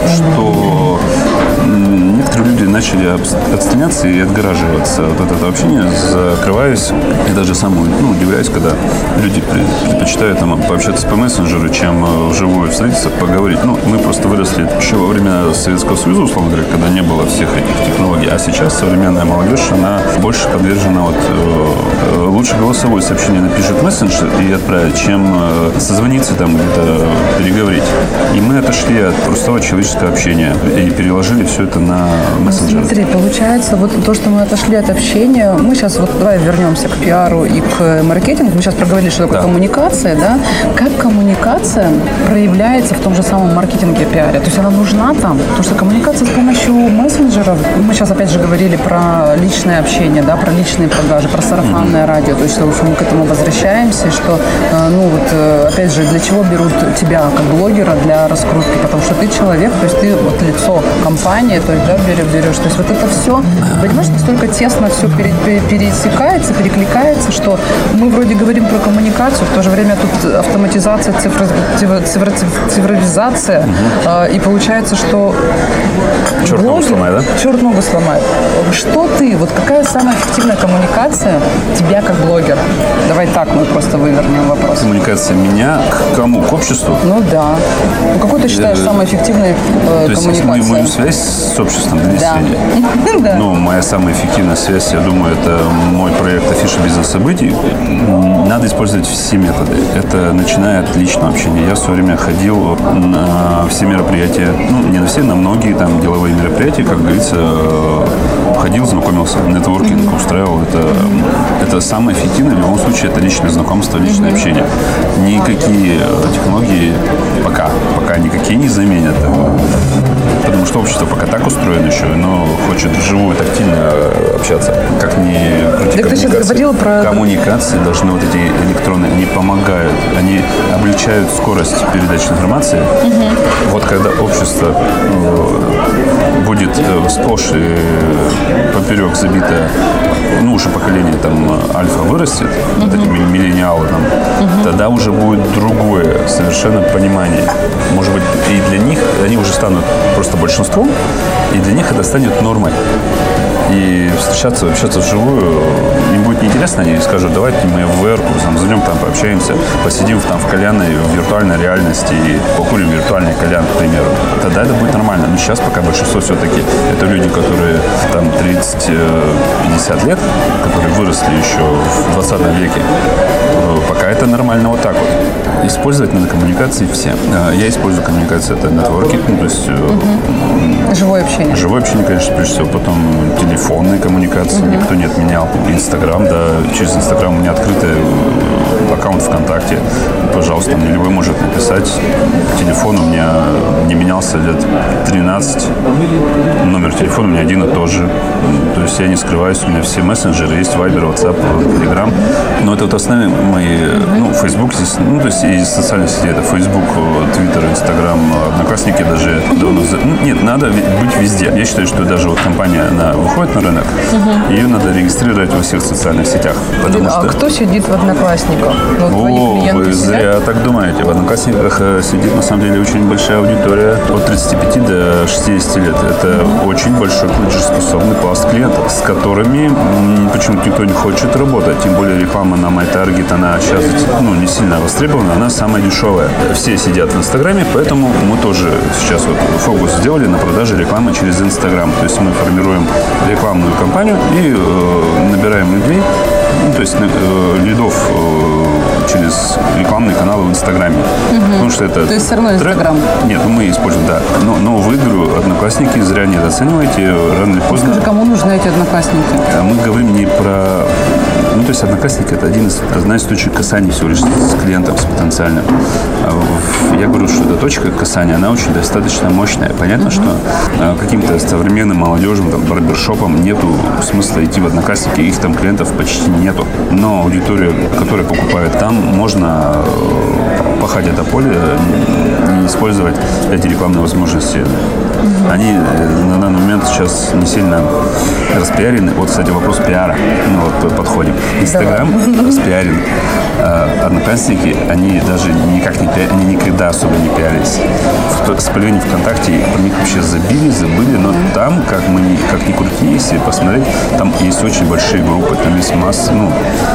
что некоторые люди начали отстраняться и отгораживаться от этого общения, закрываясь. И даже сам ну, удивляюсь, когда люди предпочитают там, пообщаться по мессенджеру, чем вживую встретиться, поговорить. Ну, мы просто выросли еще во время Советского Союза, условно говоря, когда не было всех этих технологий. А сейчас современная молодежь, она больше подвержена вот, э, лучше голосовое сообщение напишет в мессенджер и отправить, чем э, созвониться там где-то, переговорить. И мы отошли от простого человеческого общения и переложили все это на мессенджеры. Смотри, получается, вот то, что мы отошли от общения, мы сейчас вот давай вернемся к пиару и к маркетингу. Мы сейчас проговорили, что такое да. коммуникация, да? Как коммуникация проявляется в том же самом маркетинге и пиаре? То есть она нужна там? Потому что коммуникация с помощью мессенджеров, мы сейчас опять же говорили про личное общение, да, про личные продажи, про сарафанное mm-hmm. радио. То есть что мы к этому возвращаемся, что, ну вот, опять же, для чего берут тебя как блогера для раскрутки? Потому что ты человек, то есть ты вот лицо компании, то есть да, берешь. То есть вот это все, понимаешь, настолько тесно все пересекается, перекликается, что мы вроде говорим про коммуникацию, в то же время тут автоматизация, цифро, цифро, цифровизация, угу. э, и получается, что черт ногу сломает, да? Черт ногу сломает. Что ты, вот какая самая эффективная коммуникация тебя как блогер? Давай так мы просто вывернем вопрос. Коммуникация меня к кому? К обществу? Ну да. Ну, какой ты считаешь самой эффективной э, То коммуникацией? То есть мою связь с обществом донесения? Да. Ну, моя самая эффективная связь, я думаю, это мой проект «Афиша бизнес-событий». Надо использовать все методы. Это начиная от личного общения. Я в свое время ходил на все мероприятия, ну, не на все, на многие там деловые мероприятия, как говорится, ходил, знакомился, нетворкинг устраивал. Это, это самое эффективное, в любом случае, это личное знакомство, личное общение. Никакие технологии пока, пока никакие не заменят. Потому что общество пока так устроено еще, но хочет вживую, тактильно общаться. Как ни крути так коммуникации. Про... Коммуникации должны, вот эти электроны, не помогают. Они облегчают скорость передачи информации. Угу. Вот когда общество э, будет э, сплошь и поперек забито, ну, уже поколение там альфа вырастет, угу. вот эти миллениалы там, угу. тогда уже будет другое совершенно понимание. Может быть, и для них, они уже станут просто большинством, и для них это станет нормой. И встречаться, общаться вживую им будет неинтересно, они скажут, давайте мы в эр ку зайдем там, пообщаемся, посидим там в кальянной, в виртуальной реальности и покурим виртуальный кальян, к примеру. Тогда это будет нормально. Но сейчас пока большинство все-таки это люди, которые там тридцать-пятьдесят лет, которые выросли еще в двадцатом веке. Пока это нормально вот так вот. Использовать надо коммуникации все. Я использую коммуникацию, это нетворкинг, ну, то есть угу. живое общение. Живое общение, конечно, прежде всего. Потом телефонные коммуникации, угу. никто не отменял. Инстаграм, да, через Инстаграм у меня открытый аккаунт ВКонтакте. Пожалуйста, мне любой может написать. Телефон у меня не менялся лет тринадцать. Номер телефона у меня один и тот же. То есть я не скрываюсь, у меня все мессенджеры есть, Вайбер, WhatsApp, Telegram. Но это вот основные мои, ну, Facebook здесь, ну, то есть из социальных сетей это Facebook, Twitter, Instagram, Одноклассники даже давно... Ну, нет, надо быть везде. Я считаю, что даже вот компания, она выходит на рынок, угу. ее надо регистрировать во всех социальных сетях. Потому а что... кто сидит в Одноклассниках? Ну, О, вы зря сидят? Так думаете. В Одноклассниках сидит, на самом деле, очень большая аудитория. От тридцати пяти до шестидесяти лет. Это очень большой платежеспособный пласт клиентов, с которыми почему-то никто не хочет работать. Тем более реклама на MyTarget, она сейчас, ну, не сильно востребована, она самая дешевая. Все сидят в Инстаграме, поэтому мы тоже сейчас вот фокус сделали на продаже рекламы через Инстаграм. То есть мы формируем рекламную кампанию и э, набираем людей, ну, то есть э, лидов э, через рекламные каналы в Инстаграме. Угу. Потому что это... То есть все равно Инстаграм? Нет, мы используем, да. Но, но вы, говорю, Одноклассники зря недооцениваете. Рано или поздно... Скажи, кому нужны эти Одноклассники? Мы говорим не про Ну, то есть Одноклассники — это один из, одна из точек касания всего лишь с клиентом, с потенциальным. Я говорю, что эта точка касания, она очень достаточно мощная. Понятно, mm-hmm. что каким-то современным молодежным там, барбершопам нету смысла идти в Одноклассники, их там клиентов почти нету. Но аудитория, которая покупает там, можно пахать это поле и использовать эти рекламные возможности. Mm-hmm. Они на данный момент сейчас не сильно распиарены. Вот, кстати, вопрос пиара. Ну, вот подходим. Инстаграм распиарен. Одноклассники, они даже никак не пиар... они никогда особо не пиарились. С появлением ВКонтакте про них вообще забили, забыли, но там, как мы ни, как ни крути, если посмотреть, там есть очень большие группы, там есть масса, ну,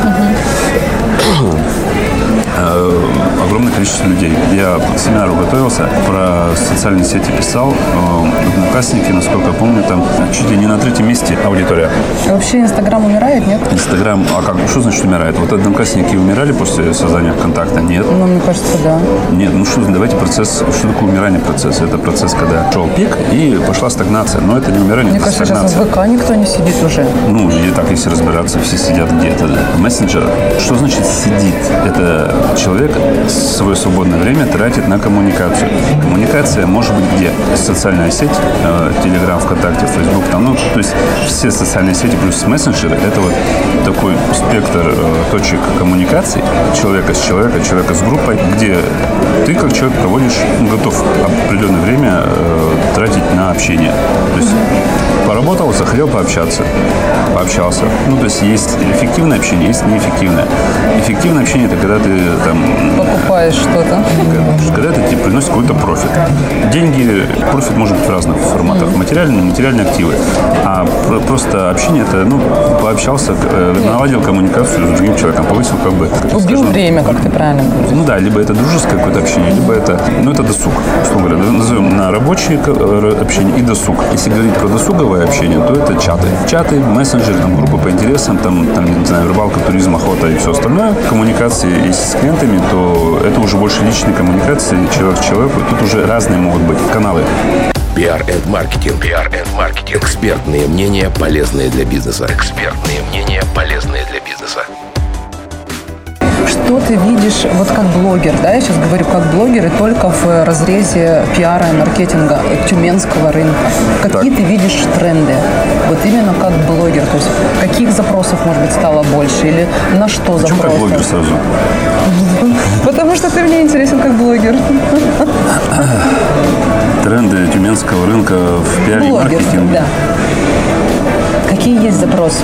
огромное количество людей. Я к семинару готовился, про социальные сети писал. Одноклассники, насколько я помню, там чуть ли не на третьем месте аудитория. А вообще Инстаграм умирает, нет? Инстаграм, а как, что значит умирает? Вот Одноклассники умирали после создания ВКонтакта? Нет. Ну, мне кажется, да. Нет, ну что, давайте процесс, что такое умирание процесса? Это процесс, когда шел пик и пошла стагнация. Но это не умирание, мне это кажется, стагнация. Сейчас в ВК никто не сидит уже. Ну, и так, если разбираться, все сидят где-то в мессенджерах. Что значит сидит? Это человек свое свободное время тратит на коммуникацию. Коммуникация может быть где? Социальная сеть, Телеграм, ВКонтакте, Фейсбук, там, ну, то есть все социальные сети плюс мессенджеры — это вот такой спектр э, точек коммуникации человека с человеком, человека с группой, где ты как человек проводишь, ну, готов определенное время э, тратить на общение. То есть поработал, захотел пообщаться, пообщался. Ну, то есть есть эффективное общение, есть неэффективное. Эффективное общение — это когда ты там покупаешь что-то. Когда это тебе приносит какой-то профит. Деньги, профит может быть в разных форматах. Mm-hmm. Материальные, материальные активы. А просто общение — это, ну, пообщался, наладил коммуникацию с другим человеком, повысил как бы... Убил скажем, время, как ты правильно говоришь. Ну да, либо это дружеское какое-то общение, либо это, ну, это досуг. Условно говоря, назовем на рабочее общение и досуг. Если говорить про досуговое общение, то это чаты. Чаты, мессенджеры, там, группы по интересам, там, там, не знаю, рыбалка, туризм, охота и все остальное. Коммуникации, если с клиентами, то это уже больше личной коммуникации, человек к человеку. Тут уже разные могут быть каналы. пи ар энд маркетинг. пи ар энд маркетинг. Экспертные мнения, полезные для бизнеса. Экспертные мнения, полезные для бизнеса. Что ты видишь вот как блогер, да, я сейчас говорю как блогер и только в разрезе пиара и маркетинга тюменского рынка. Какие так. ты видишь тренды? Вот именно как блогер, то есть каких запросов, может быть, стало больше или на что запросы? Почему как блогер сразу? Потому что ты мне интересен как блогер. Тренды тюменского рынка в пиаре и маркетинге. Да. Какие есть запросы?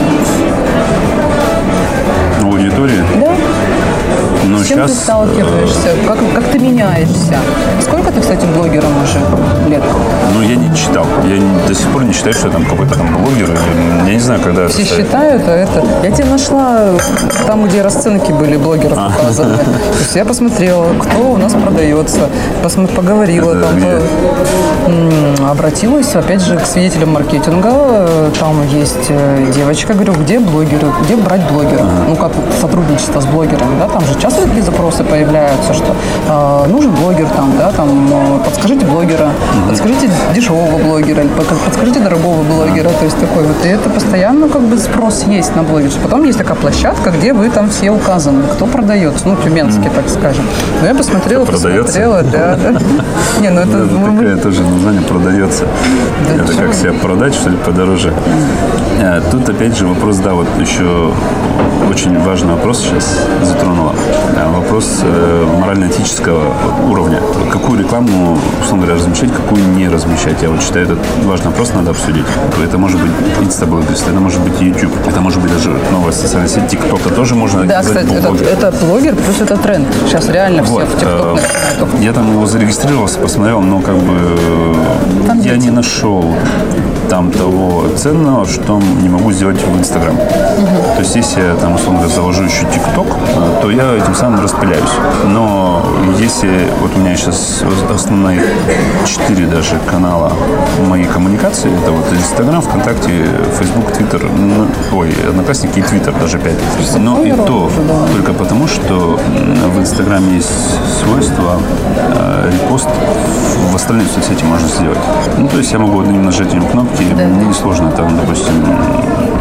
В аудитории? Да. Но с чем сейчас, ты сталкиваешься? Как, как ты меняешься? Сколько ты, кстати, блогером уже лет? Ну, я не читал. Я не, до сих пор не считаю, что я там какой-то там блогер. Я не знаю, когда... Все состоит. считают, а это... Я тебя нашла там, где расценки были блогеров а. показаны. То есть я посмотрела, кто у нас продается. Посмотр... Поговорила это там. По... Обратилась, опять же, к свидетелям маркетинга. Там есть девочка. Говорю, где блогеры? Где брать блогера? Ага. Ну, как сотрудничество с блогерами, да? Там же часто такие запросы появляются, что э, нужен блогер, там, да, там, э, подскажите блогера, mm-hmm. подскажите дешевого блогера, подскажите дорогого блогера, то есть такой вот. И это постоянно как бы спрос есть на блогеров. Потом есть такая площадка, где вы там все указаны, кто продается, ну, тюменский, mm-hmm. так скажем. Но я посмотрела, кто посмотрела, да, да. Не, ну это... Такое тоже название продается. Это как себя продать, что ли, подороже. Тут опять же вопрос, да, вот еще очень важный вопрос сейчас затронула. Вопрос э, морально-этического уровня. Какую рекламу, условно говоря, размещать, какую не размещать. Я вот считаю, этот важный вопрос надо обсудить. Это может быть инстаблогерство, это может быть YouTube, это может быть даже новая социальная сеть, ТикТок, тоже можно да, кстати, это, это блогер плюс это тренд. Сейчас реально вот, все в ТикТок. Э, я там его зарегистрировался, посмотрел, но как бы там я дети. не нашел там того ценного, что не могу сделать в Инстаграм. Угу. То есть, если я там, условно говоря, завожу еще ТикТок, то я этим самым распыляюсь. Но если вот у меня сейчас основные четыре даже канала моей коммуникации, это вот Инстаграм, ВКонтакте, Фейсбук, Твиттер, ну, ой, Одноклассники и Твиттер даже пять. Но и то только потому, что в Инстаграме есть свойство э, репост в остальные соцсети можно сделать. Ну, то есть я могу одним нажатием кнопки, да. Мне несложно там, допустим,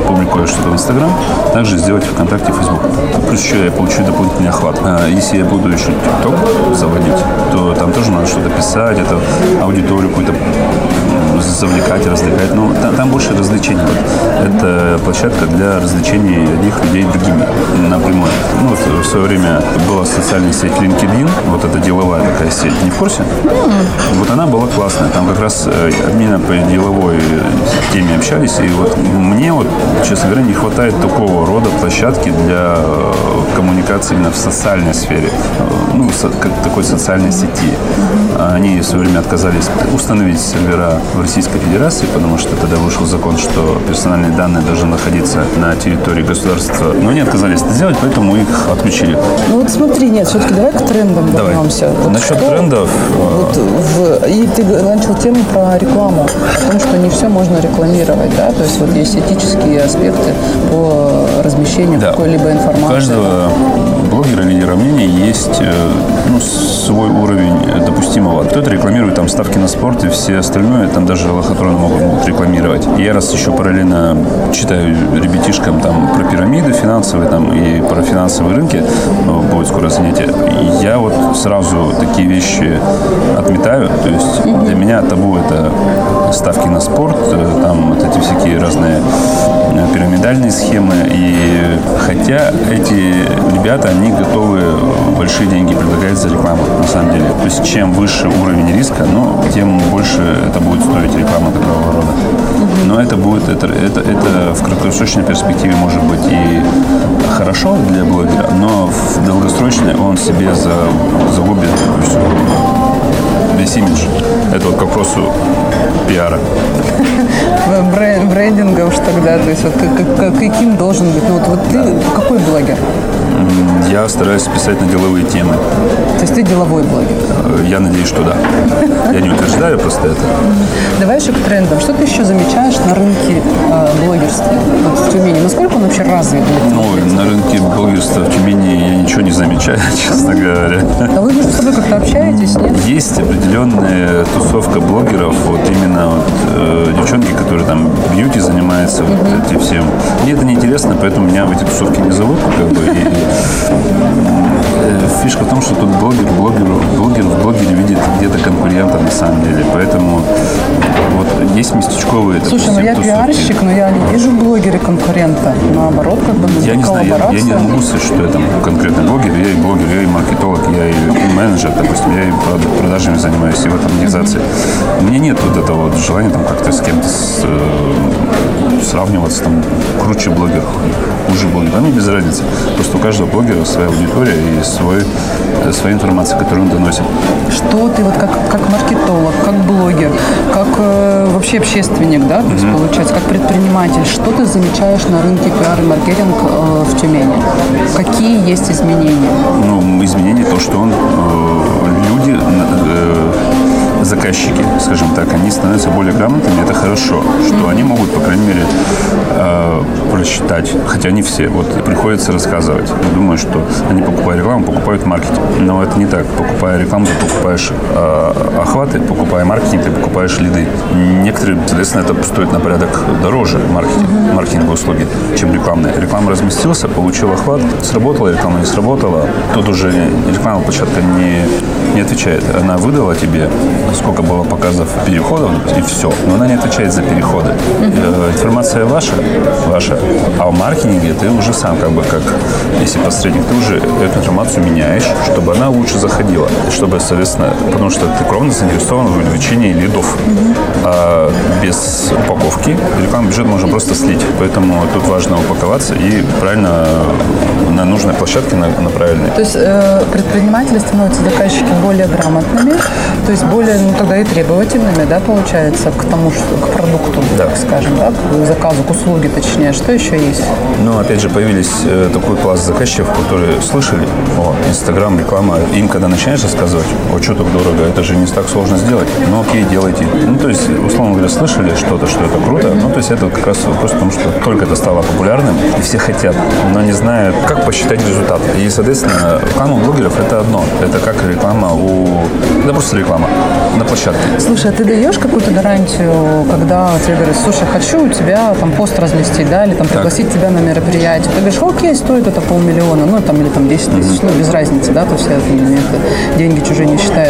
публикую что-то в Инстаграм, также сделать ВКонтакте и Фейсбук. Плюс еще я получу дополнительный охват. Если я буду еще ТикТок заводить, то там тоже надо что-то писать, это аудиторию какую-то завлекать, развлекать. Ну, там, там больше развлечений. Это площадка для развлечений одних людей другими напрямую. Ну, вот в свое время была социальная сеть LinkedIn, вот это деловая такая сеть, не в курсе? Mm. Вот она была классная, там как раз именно по деловой теме общались, и вот мне вот, честно говоря, не хватает такого рода площадки для коммуникации именно в социальной сфере, ну, как такой социальной сети. Они в свое время отказались установить сервера в Российской Федерации, потому что тогда вышел закон, что персональные данные должны находиться на территории государства. Но они отказались это сделать, поэтому их отключили. Ну вот смотри, нет, все-таки давай к трендам давай. вернемся. Вот насчет что, трендов... Вот в, и ты начал тему про рекламу, о том, что не все можно рекламировать, да? То есть вот есть этические аспекты по размещению да. какой-либо информации. У каждого блогера, лидера мнений есть ну, свой уровень допустимого. Кто-то рекламирует там ставки на спорт и все остальное, там даже лохотроны могут, могут рекламировать. Я раз еще параллельно читаю ребятишкам там про пирамиды финансовые там, и про финансовые рынки, будет скоро занятие, я вот сразу такие вещи отметаю. То есть для меня табу это ставки на спорт, там вот эти всякие разные пирамидальные схемы. И хотя эти ребята, они готовы большие деньги предлагать за рекламу, на самом деле. То есть чем выше уровень риска, ну, тем больше это будет стоить реклама такого рода. Но это будет, это, это, это в краткосрочной перспективе может быть и хорошо для блогера, но в долгосрочной он себе загубит все, весь имидж. Это вот к вопросу пиара. Брендинга уж тогда, то есть вот как, как, каким должен быть? Ну вот, вот ты какой блогер? Я стараюсь писать на деловые темы. То есть ты деловой блогер? Я надеюсь, что да. Я не утверждаю просто это. Давай еще к трендам. Что ты еще замечаешь на рынке э, блогерства вот в Тюмени? Насколько он вообще развит? Ну, на рынке блогерства в Тюмени я ничего не замечаю, честно говоря. А вы между собой как-то общаетесь, нет? Есть определенная тусовка блогеров, вот именно вот, э, девчонки, которые там бьюти занимаются, вот mm-hmm. эти всем. Мне это неинтересно, поэтому меня в эти тусовки не зовут, как бы, и, фишка в том, что тут блогер, блогер, блогер в блогере видит где-то конкурента на самом деле. Поэтому вот есть местечковые. Слушай, ну я тусовки. Пиарщик, но я не вижу в блогере конкурента. Наоборот, как бы я не знаю, я, я не могу сказать, что я там конкретный блогер. Я и блогер, я и маркетолог, я и менеджер, допустим, я и продажами занимаюсь, и в автоматизации. У меня нет вот этого вот желания там как-то с кем-то с, э, сравниваться, там, круче блогер, хуже блогер. А мне без разницы. Просто у каждого блогера своя аудитория и свой, своя информация, которую он доносит. Что ты вот как, как маркетолог, как блогер, как э, вообще общественник, да, то есть, mm-hmm. получается, как предприниматель, что ты замечаешь на рынке пиар и маркетинг э, в Тюмени? Какие есть изменения? Ну, изменения то, что он, э, люди, э, заказчики, скажем так, они становятся более грамотными, это хорошо, что mm-hmm. они могут, по крайней мере, э, просчитать, хотя не все, вот приходится рассказывать. Я думаю, что они, покупая рекламу, покупают маркетинг, но это не так. Покупая рекламу, ты покупаешь э, охваты, покупая маркетинг, ты покупаешь лиды. Некоторые, соответственно, это стоит на порядок дороже маркетинг, mm-hmm. маркетинговые услуги, чем рекламные. Реклама разместился, получил охват, сработала реклама, не сработала, тут уже рекламная площадка не, не отвечает. Она выдала тебе, сколько было показов переходов, и все. Но она не отвечает за переходы. Mm-hmm. Информация ваша, ваша, а в маркетинге ты уже сам, как бы, как, если посредник, ты уже эту информацию меняешь, чтобы она лучше заходила. Чтобы, соответственно, потому что ты кровно заинтересован в увеличении лидов. Mm-hmm. А без упаковки рекламный бюджет можно просто слить. Поэтому тут важно упаковаться и правильно на нужной площадке, на, на правильной. То есть э, предприниматели становятся заказчики более грамотными, то есть более, ну, тогда и требовательными, да, получается, к тому, что, к продукту, да. так скажем, да, к заказу, к услуге, точнее. Что еще есть? Ну, опять же, появились э, такой класс заказчиков, которые слышали, о, Инстаграм, реклама. Им, когда начинаешь рассказывать, о, что так дорого, это же не так сложно сделать. Ну, окей, делайте. Ну, то есть, условно говоря, слышали что-то, что это круто. Mm-hmm. Ну, то есть, это как раз вопрос в том, что только это стало популярным, и все хотят, но не знают, как посчитать результат. И, соответственно, реклама у блогеров – это одно. Это как реклама у... Это просто реклама. на площадке. Слушай, а ты даешь какую-то гарантию, когда тебе говорят, слушай, хочу у тебя там пост разместить, да, или там пригласить так. тебя на мероприятие. Ты говоришь, окей, стоит это полмиллиона, ну там или там десять тысяч, mm-hmm. ну без разницы, да, то есть я это, деньги чужие не считаю.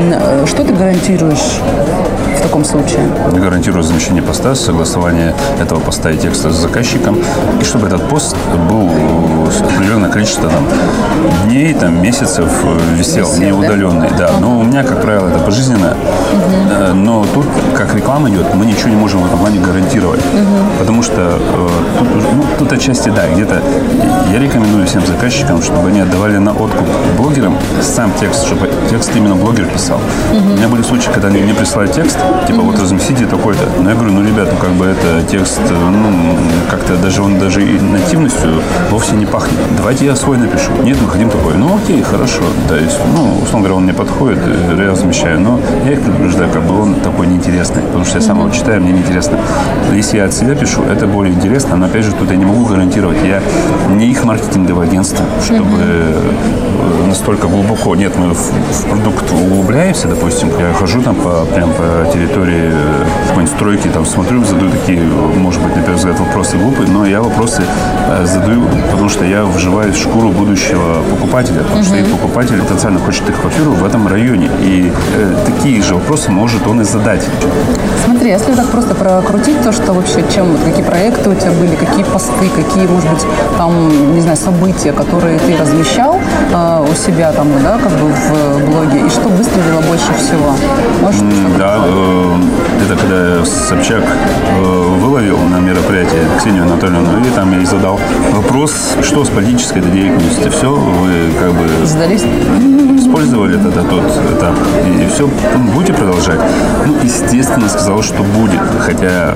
Что ты гарантируешь в таком случае? Я гарантирую размещение поста, согласование этого поста и текста с заказчиком, и чтобы этот пост был определенное количество там, дней, там, месяцев висел, висел не удаленный. Да? Да. Но у меня, как правило, это пожизненно. Угу. Но тут, как реклама идет, мы ничего не можем в этом плане гарантировать. Угу. Потому что э, тут, ну, тут отчасти, да, где-то я рекомендую всем заказчикам, чтобы они отдавали на откуп блогерам сам текст, чтобы текст именно блогер писал. Угу. У меня были случаи, когда они мне присылают текст, типа, угу. вот разместите такой-то. Но я говорю, ну, ребят, ну, как бы это текст, ну, как-то даже он даже и нативностью вовсе не пахнет. Давайте я свой напишу. Нет, мы хотим такой. Ну, окей, хорошо. То есть, ну, условно говоря, он мне подходит, я размещаю. Но я их предупреждаю, как бы он такой неинтересный. Потому что я сам его читаю, мне неинтересно. Если я от себя пишу, это более интересно. Но, опять же, тут я не могу гарантировать. Я не их маркетинговое агентство, чтобы mm-hmm. настолько глубоко. Нет, мы в, в продукт углубляемся, допустим. Я хожу там по, прям по территории какой-нибудь стройки, там смотрю, задаю такие, может быть, на первый взгляд, вопросы глупые, но я вопросы задаю, потому что я вживаюсь в шкуру будущего покупателя, потому mm-hmm. что их покупатель потенциально хочет их квартиру в этом районе. И э, такие же вопросы может он и задать. Смотри, если так просто прокрутить то, что вообще, чем, вот, какие проекты у тебя были, какие посты, какие, может быть, там, не знаю, события, которые ты размещал э, у себя там, да, как бы в блоге, и что выстрелило больше всего? Может, mm, да, э, это когда я Собчак э, выловил на мероприятии Ксению Анатольевну, и там я ей задал вопрос, что с политической деятельностью, все, вы как бы... Сдались? Использовали это, это тот этап, и все, будете продолжать? Ну, естественно, сказал, что будет, хотя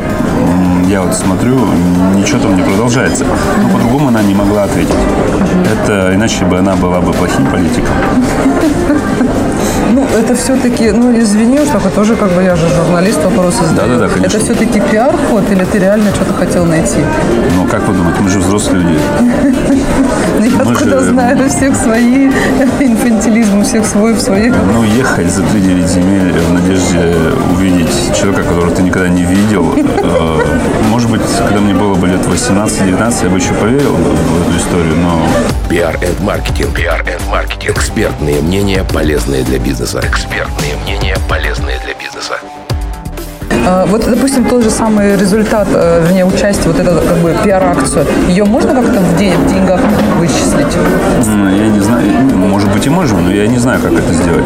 я вот смотрю, ничего там не продолжается. Но по-другому она не могла ответить. Это иначе бы она была бы плохим политиком. Ну, это все-таки, ну, извини уж, только тоже, как бы, я же журналист, вопросы задаю. Да, да, да, конечно. Это все-таки пиар-ход или ты реально что-то хотел найти? Ну, как вы думаете, мы же взрослые люди. Я откуда знаю, у всех свои инфантилизм, у всех свой в своих. Ну, ехать за три девять земель в надежде увидеть человека, которого ты никогда не видел. Может быть, когда мне было бы лет восемнадцать-девятнадцать, я бы еще поверил в эту историю, но... пи ар энд маркетинг. пи ар энд маркетинг. Экспертные мнения, полезные для бизнеса. Экспертные мнения, полезные для бизнеса. Вот, допустим, тот же самый результат, вернее, участие, вот эту как бы пиар-акцию, ее можно как-то в, день, в деньгах вычислить? Я не знаю, может быть и можем, но я не знаю, как это сделать.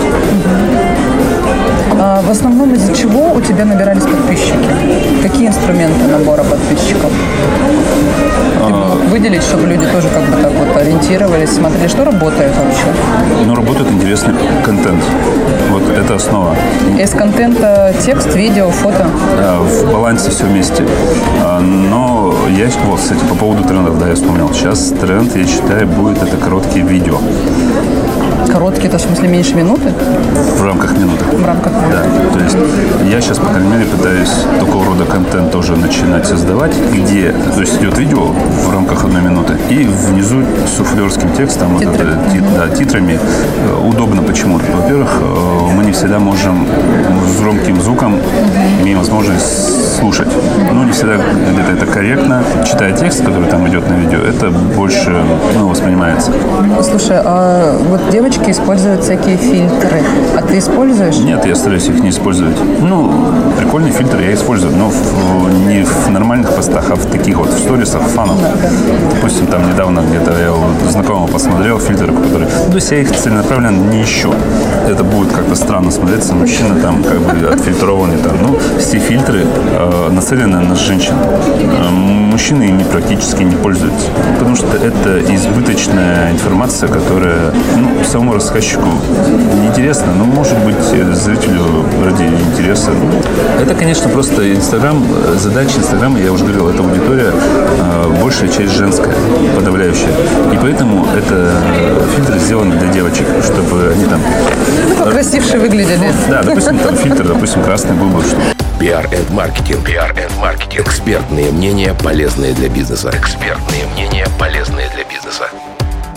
А в основном из-за чего у тебя набирались подписчики? Какие инструменты набора подписчиков? Ты мог выделить, чтобы люди тоже как бы так вот ориентировались, смотрели, что работает вообще? Ну, работает интересный контент. Вот это основа. Из контента текст, видео, фото? Да, в балансе все вместе. Но я, вот, кстати, по поводу трендов, да, я вспомнил. Сейчас тренд, я считаю, будет это короткие видео. Короткие, это в смысле меньше минуты? В рамках минуты. В рамках минуты. Да, то есть я сейчас, по крайней мере, пытаюсь такого рода контент тоже начинать создавать, где, то есть идет видео в рамках одной минуты, и внизу суфлерским текстом, вот это, тит, да, титрами, удобно почему-то. Во-первых, мы не всегда можем с громким звуком, имеем возможность слушать. Ну, не всегда где-то это корректно. Читая текст, который там идет на видео, это больше, ну, воспринимается. Слушай, а вот девочки используют всякие фильтры, а ты используешь? Нет, я стараюсь их не использовать. Ну, прикольный фильтр я использую, но в, не в нормальных постах, а в таких вот, в сторисах, фанов. Да, да. Допустим, там недавно где-то я у знакомого посмотрел фильтры, которые... То есть я их целенаправленно не ищу. Это будет как-то странно смотреться. Мужчина там как бы отфильтрованный. Там. Ну, все фильтры э, нацелены на женщин. Э, мужчины ими практически не пользуются. Потому что это избыточная информация, которая, ну, самому рассказчику неинтересно, но, может быть, зрителю ради интереса. Это, конечно, просто Инстаграм, задача Инстаграма, я уже говорил, это аудитория, большая часть женская, подавляющая. И поэтому это фильтры сделаны для девочек, чтобы они там... Ну, красивше выглядели. Ну, да, допустим, там фильтр, допустим, красный был бы, что... пи ар энд маркетинг. пи ар энд маркетинг. Экспертные мнения, полезные для бизнеса. Экспертные мнения, полезные для бизнеса.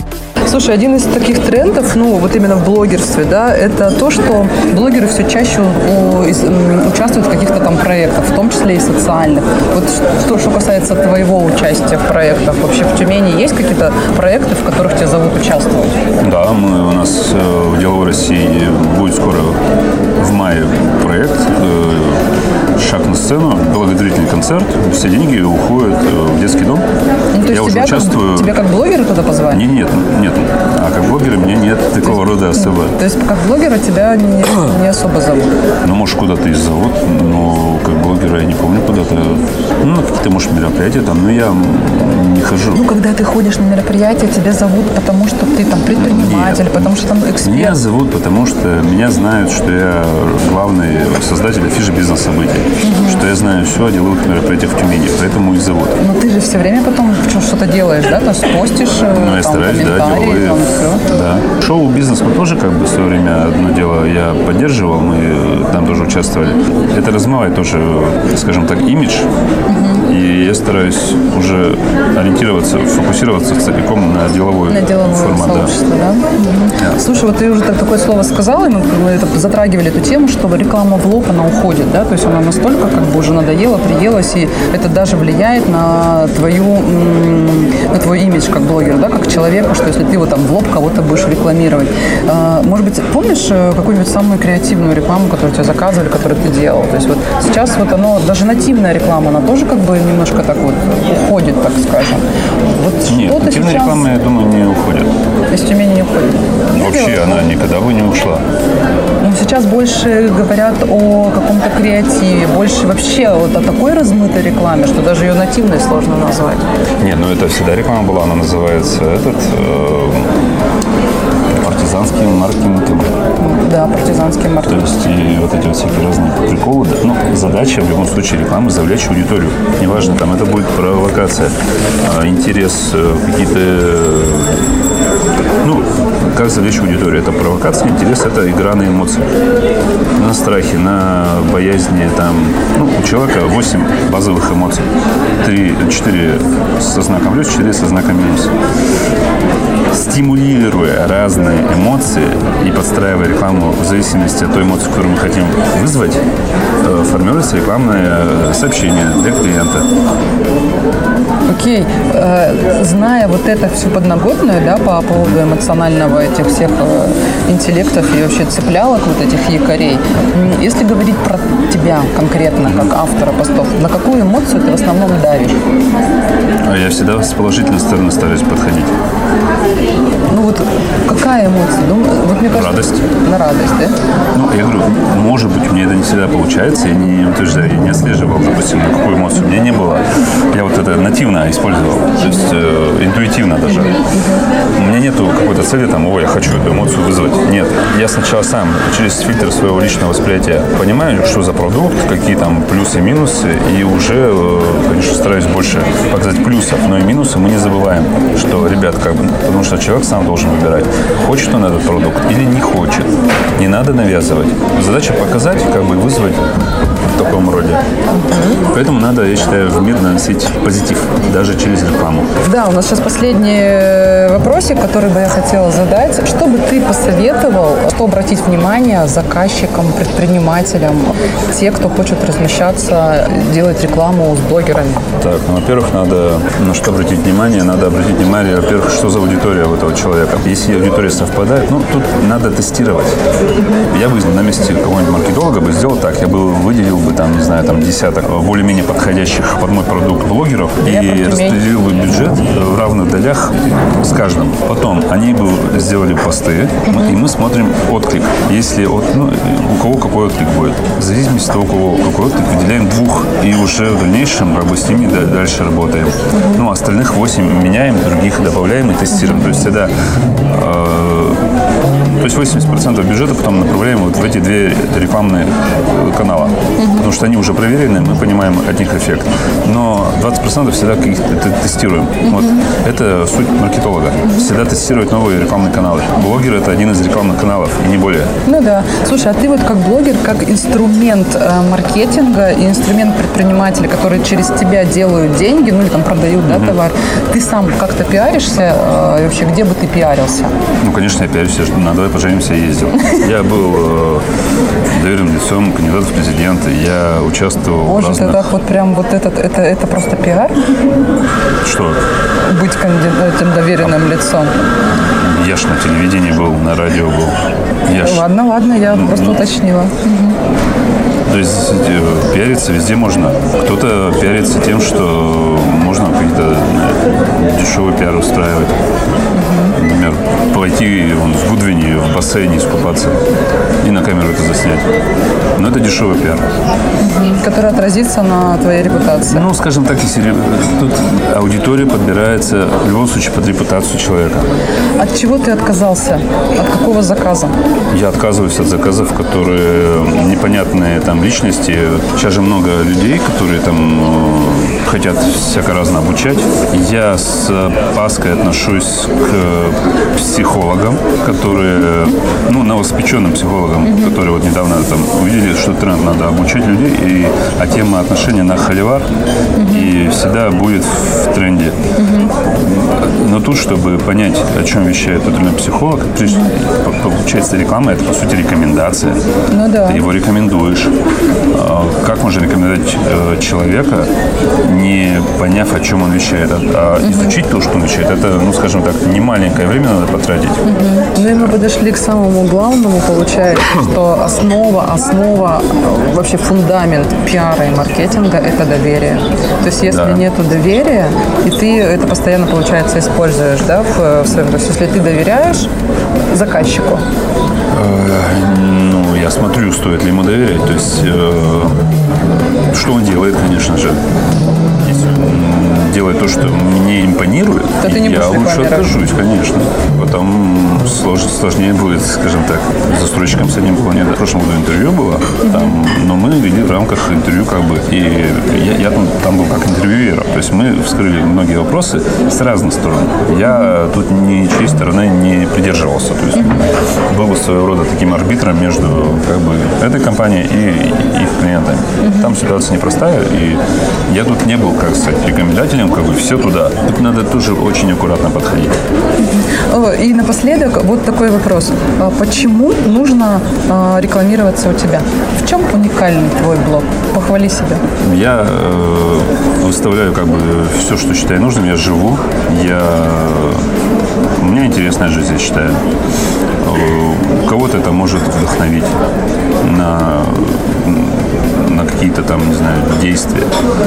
Слушай, один из таких трендов, ну, вот именно в блогерстве, да, это то, что блогеры все чаще у, из, участвуют в каких-то там проектах, в том числе и социальных. Вот что, что касается твоего участия в проектах, вообще в Тюмени есть какие-то проекты, в которых тебя зовут участвовать? Да, мы, у нас э, в «Деловой России» будет скоро в мае проект э, «Шаг на сцену», благотворительный концерт. Все деньги уходят в детский дом. Ну, то есть я уже тебя участвую. Как, тебя как блогера туда позвали? Нет, нет, нет. А как блогера у меня нет такого есть, рода особо. То есть как блогера тебя не, не особо зовут? Ну, может, куда-то и зовут, но как блогера я не помню куда-то. Ну, на какие-то, может, мероприятия там, но я не хожу. Ну, когда ты ходишь на мероприятия, тебя зовут, потому что ты там предприниматель, нет, потому что там эксперт. Меня зовут, потому что меня знают, что я главный создатель афиши бизнес-событий. Угу. Что я знаю все о деловых мероприятиях в Тюмени, поэтому и зовут. Но ты же все время потом что-то делаешь, да? То есть постишь, ну, я там, стараюсь, да, деловые. Там, все. Да. Шоу-бизнес мы тоже как бы в свое время одно дело я поддерживал, мы там тоже участвовали. Это размывает тоже, скажем так, имидж. Угу. И я стараюсь уже ориентироваться, фокусироваться целиком на деловой на деловое формат. Сообщество, да? Да? Угу. Да. Слушай, вот ты уже так, такое слово сказала, и мы, мы это, затрагивали эту тему, что реклама в лоб, она уходит, да? То есть она настолько как бы уже надоела, приелась, и это даже влияет на твою, на твой имидж как блогера, да, как человека, что если ты вот там в лоб кого-то будешь рекламировать. Может быть, помнишь какую-нибудь самую креативную рекламу, которую тебя заказывали, которую ты делал? То есть вот сейчас вот оно, даже нативная реклама, она тоже как бы немножко так вот уходит, так скажем. Вот нет, что-то нативная сейчас... реклама, я думаю, не уходит. Из Тюмени не уходит? Вообще Нет, она вот... никогда бы не ушла. Ну, сейчас больше говорят о каком-то креативе, больше вообще вот о такой размытой рекламе, что даже ее нативной сложно назвать. Нет, ну это всегда реклама была, она называется этот э, партизанским маркетингом. Да, партизанский маркетинг. То есть и вот эти вот всякие разные приколы. Да, ну, задача в любом случае рекламы завлечь аудиторию. Неважно, там это будет провокация, интерес, какие-то... Ну, как завлечь аудиторию? Это провокация, интерес, это игра на эмоции. На страхе, на боязни. Там, ну, у человека восемь базовых эмоций. три, четыре со знаком плюс, четыре со знаком минус. Стимулируя разные эмоции и подстраивая рекламу в зависимости от той эмоции, которую мы хотим вызвать, формируется рекламное сообщение для клиента. Окей. Э, зная вот это всю подноготную, да, по поводу эмоционального этих всех э, интеллектов и вообще цеплялок, вот этих якорей, если говорить про тебя конкретно, как автора постов, на какую эмоцию ты в основном давишь? Я всегда с положительной стороны стараюсь подходить. Ну вот какая эмоция? Ну, вот, мне кажется, радость. На радость, да? Ну, я говорю, может быть, у меня это не всегда получается, я не утверждаю, я не отслеживал, допустим, на какую эмоцию у меня не было. Я вот это нативно использовал, то есть э, интуитивно даже. У меня нету какой-то цели, там, о, я хочу эту эмоцию вызвать. Нет, я сначала сам через фильтр своего личного восприятия понимаю, что за продукт, какие там плюсы и минусы, и уже, э, конечно, стараюсь больше показать плюсов, но и минусы мы не забываем, что, ребят, как бы, потому что человек сам должен выбирать, хочет он этот продукт или не хочет. Не надо навязывать. Задача показать, как бы вызвать в таком роде. Поэтому надо, я считаю, в мир наносить позитив, даже через рекламу. Да, у нас сейчас последний вопросик, который бы я хотела задать. Что бы ты посоветовал, что обратить внимание заказчикам, предпринимателям, те, кто хочет размещаться, делать рекламу с блогерами? Так, ну, во-первых, надо, на что обратить внимание? Надо обратить внимание, во-первых, что за аудитория у этого человека. Если аудитория совпадает, ну, тут надо тестировать. Я бы на месте какого-нибудь маркетолога бы сделал так. Я бы выделил бы там, не знаю, там десяток более-менее подходящих под мой продукт блогеров и распределил бы бюджет в равных долях с каждым. Потом они бы сделали посты, и мы смотрим отклик. Если от, ну, у кого какой отклик будет. В зависимости от того, у кого какой отклик, выделяем двух. И уже в дальнейшем как бы с ними дальше работаем. Ну, остальных восемь меняем, других добавляем и тестируем. То есть это э, То есть восемьдесят процентов бюджета потом направляем вот в эти две рекламные канала. Угу. Потому что они уже проверены, мы понимаем от них эффект. Но двадцать процентов всегда тестируем. Угу. Вот. Это суть маркетолога. Угу. Всегда тестировать новые рекламные каналы. Блогер – это один из рекламных каналов, и не более. Ну да. Слушай, а ты вот как блогер, как инструмент э, маркетинга и инструмент предпринимателя, которые через тебя делают деньги, ну или там продают, угу. да, товар, ты сам как-то пиаришься? Э, вообще, где бы ты пиарился? Ну, конечно, я пиарюсь. На «Давай поженимся» ездил. Я был э, доверенным лицом кандидата в президенты. Я участвовал Боже, в разных... ты так вот прям вот этот, это, это просто пиар? Что? Быть кандидатом доверенным а... лицом. Я ж на телевидении был, на радио был. Я ж... Ладно, ладно, я ну, просто уточнила. Угу. То есть пиариться везде можно. Кто-то пиарится тем, что можно какие-то дешевый пиар устраивать. Угу. Например, пойти вон, в Гудвине в бассейне искупаться и на камеру это заснять. Но это дешевый пиар. Угу. Который отразится на твоей репутации. Ну, скажем так, если тут аудитория подбирается в любом случае под репутацию человека. От чего ты отказался? От какого заказа? Я отказываюсь от заказов, которые непонятные там личности. Сейчас же много людей, которые там хотят всяко разно обучать. Я с опаской отношусь к психологам, которые, ну, новоспеченным психологам, mm-hmm. которые вот недавно там увидели, что тренд, надо обучать людей, и, а тема отношений на холивар, mm-hmm. и всегда будет в тренде. Mm-hmm. Но тут, чтобы понять, о чем вещает тот или иной психолог, то есть, mm-hmm. получается, реклама – это, по сути, рекомендация. Ну, да. Ты его рекомендуешь. Как можно рекомендовать человека, не поняв, о чем он вещает? А mm-hmm. изучить то, что он вещает, это, ну, скажем так, не маленькое время надо потратить. Mm-hmm. Ну, и мы подошли к самому главному, получается, что основа, основа, вообще фундамент пиара и маркетинга – это доверие. То есть, если да. нету доверия, и ты это постоянно, получается, используешь, да, в, в своем, то есть, если ты доверяешь заказчику? Ну, я смотрю, стоит ли ему доверять, то есть, э, что он делает, конечно же. Если он делает то, что мне импонирует, то ты не я лучше откажусь, конечно. Потом слож, сложнее будет, скажем так, застройщиком с одним было. В прошлом году интервью было, mm-hmm. там, но мы вели в рамках интервью как бы, и я, я там, там был как интервьюер. То есть мы вскрыли многие вопросы с разных сторон. Я тут ничьей стороны не придерживался. То есть mm-hmm. был своего рода таким арбитром между как бы этой компанией и их клиентами. Mm-hmm. Там ситуация непростая, и я тут не был, как сказать, рекомендателем, как бы все туда. Тут надо тоже очень аккуратно подходить. Mm-hmm. И напоследок вот такой вопрос. Почему нужно рекламироваться у тебя? В чем уникальный твой блог? Похвали себя. Я э, выставляю как бы все, что считаю нужным. Я живу. Я... У меня интересная жизнь, я считаю. У кого-то это может вдохновить на, на какие-то там, не знаю, действия.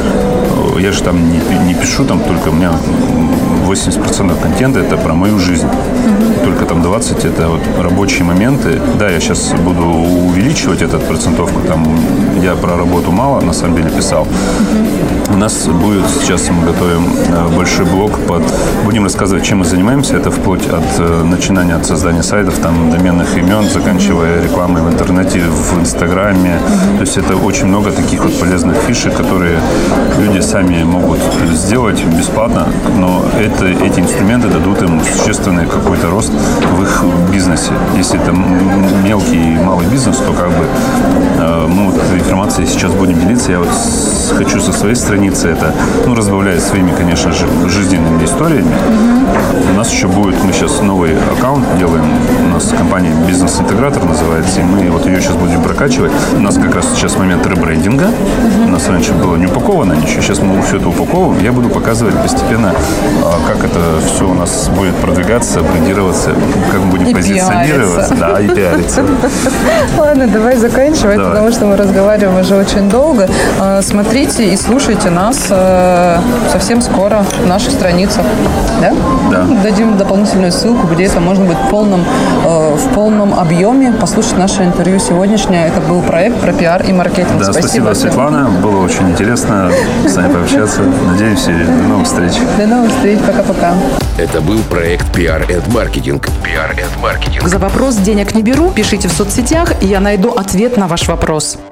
Я же там не, не пишу, там только у меня восемьдесят процентов контента это про мою жизнь. Mm-hmm. Только там двадцать это вот рабочие моменты. Да, я сейчас буду увеличивать эту процентовку. Там я про работу мало, на самом деле, писал. Mm-hmm. У нас будет, сейчас мы готовим большой блог под... Будем рассказывать, чем мы занимаемся. Это вплоть от начинания, от создания сайтов, там, доменных имен, заканчивая mm-hmm. рекламой в интернете, в Инстаграме. Mm-hmm. То есть это очень много таких вот полезных фишек, которые люди сами могут сделать бесплатно, но это, эти инструменты дадут им существенный какой-то рост в их бизнесе. Если это мелкий и малый бизнес, то как бы э, мы вот этой информацией сейчас будем делиться. Я вот с, хочу со своей страницы это, ну, разбавлять своими, конечно же, жизненными историями. Mm-hmm. У нас еще будет, мы сейчас новый аккаунт делаем, у нас компания «Бизнес-интегратор» называется, и мы вот ее сейчас будем прокачивать. У нас как раз сейчас момент ребрендинга. Mm-hmm. У нас раньше было не упаковано ничего, сейчас мы все это упаковываем. Я буду показывать постепенно, как это все у нас будет продвигаться, брендироваться, как мы будем и позиционироваться. Да, и пиариться. Ладно, давай заканчивать, давай. Потому что мы разговариваем уже очень долго. Смотрите и слушайте нас совсем скоро в наших страницах. Да? Да. Дадим дополнительную ссылку, где это можно будет в полном, в полном объеме послушать наше интервью сегодняшнее. Это был проект про пиар и маркетинг. Да, спасибо, спасибо, Светлана. Было очень интересно с вами пообщаться. Надеюсь, до новых встреч. До новых встреч. Пока-пока. Это был проект пи ар энд маркетинг. пи ар энд маркетинг. За вопрос денег не беру, пишите в соцсетях, и я найду ответ на ваш вопрос.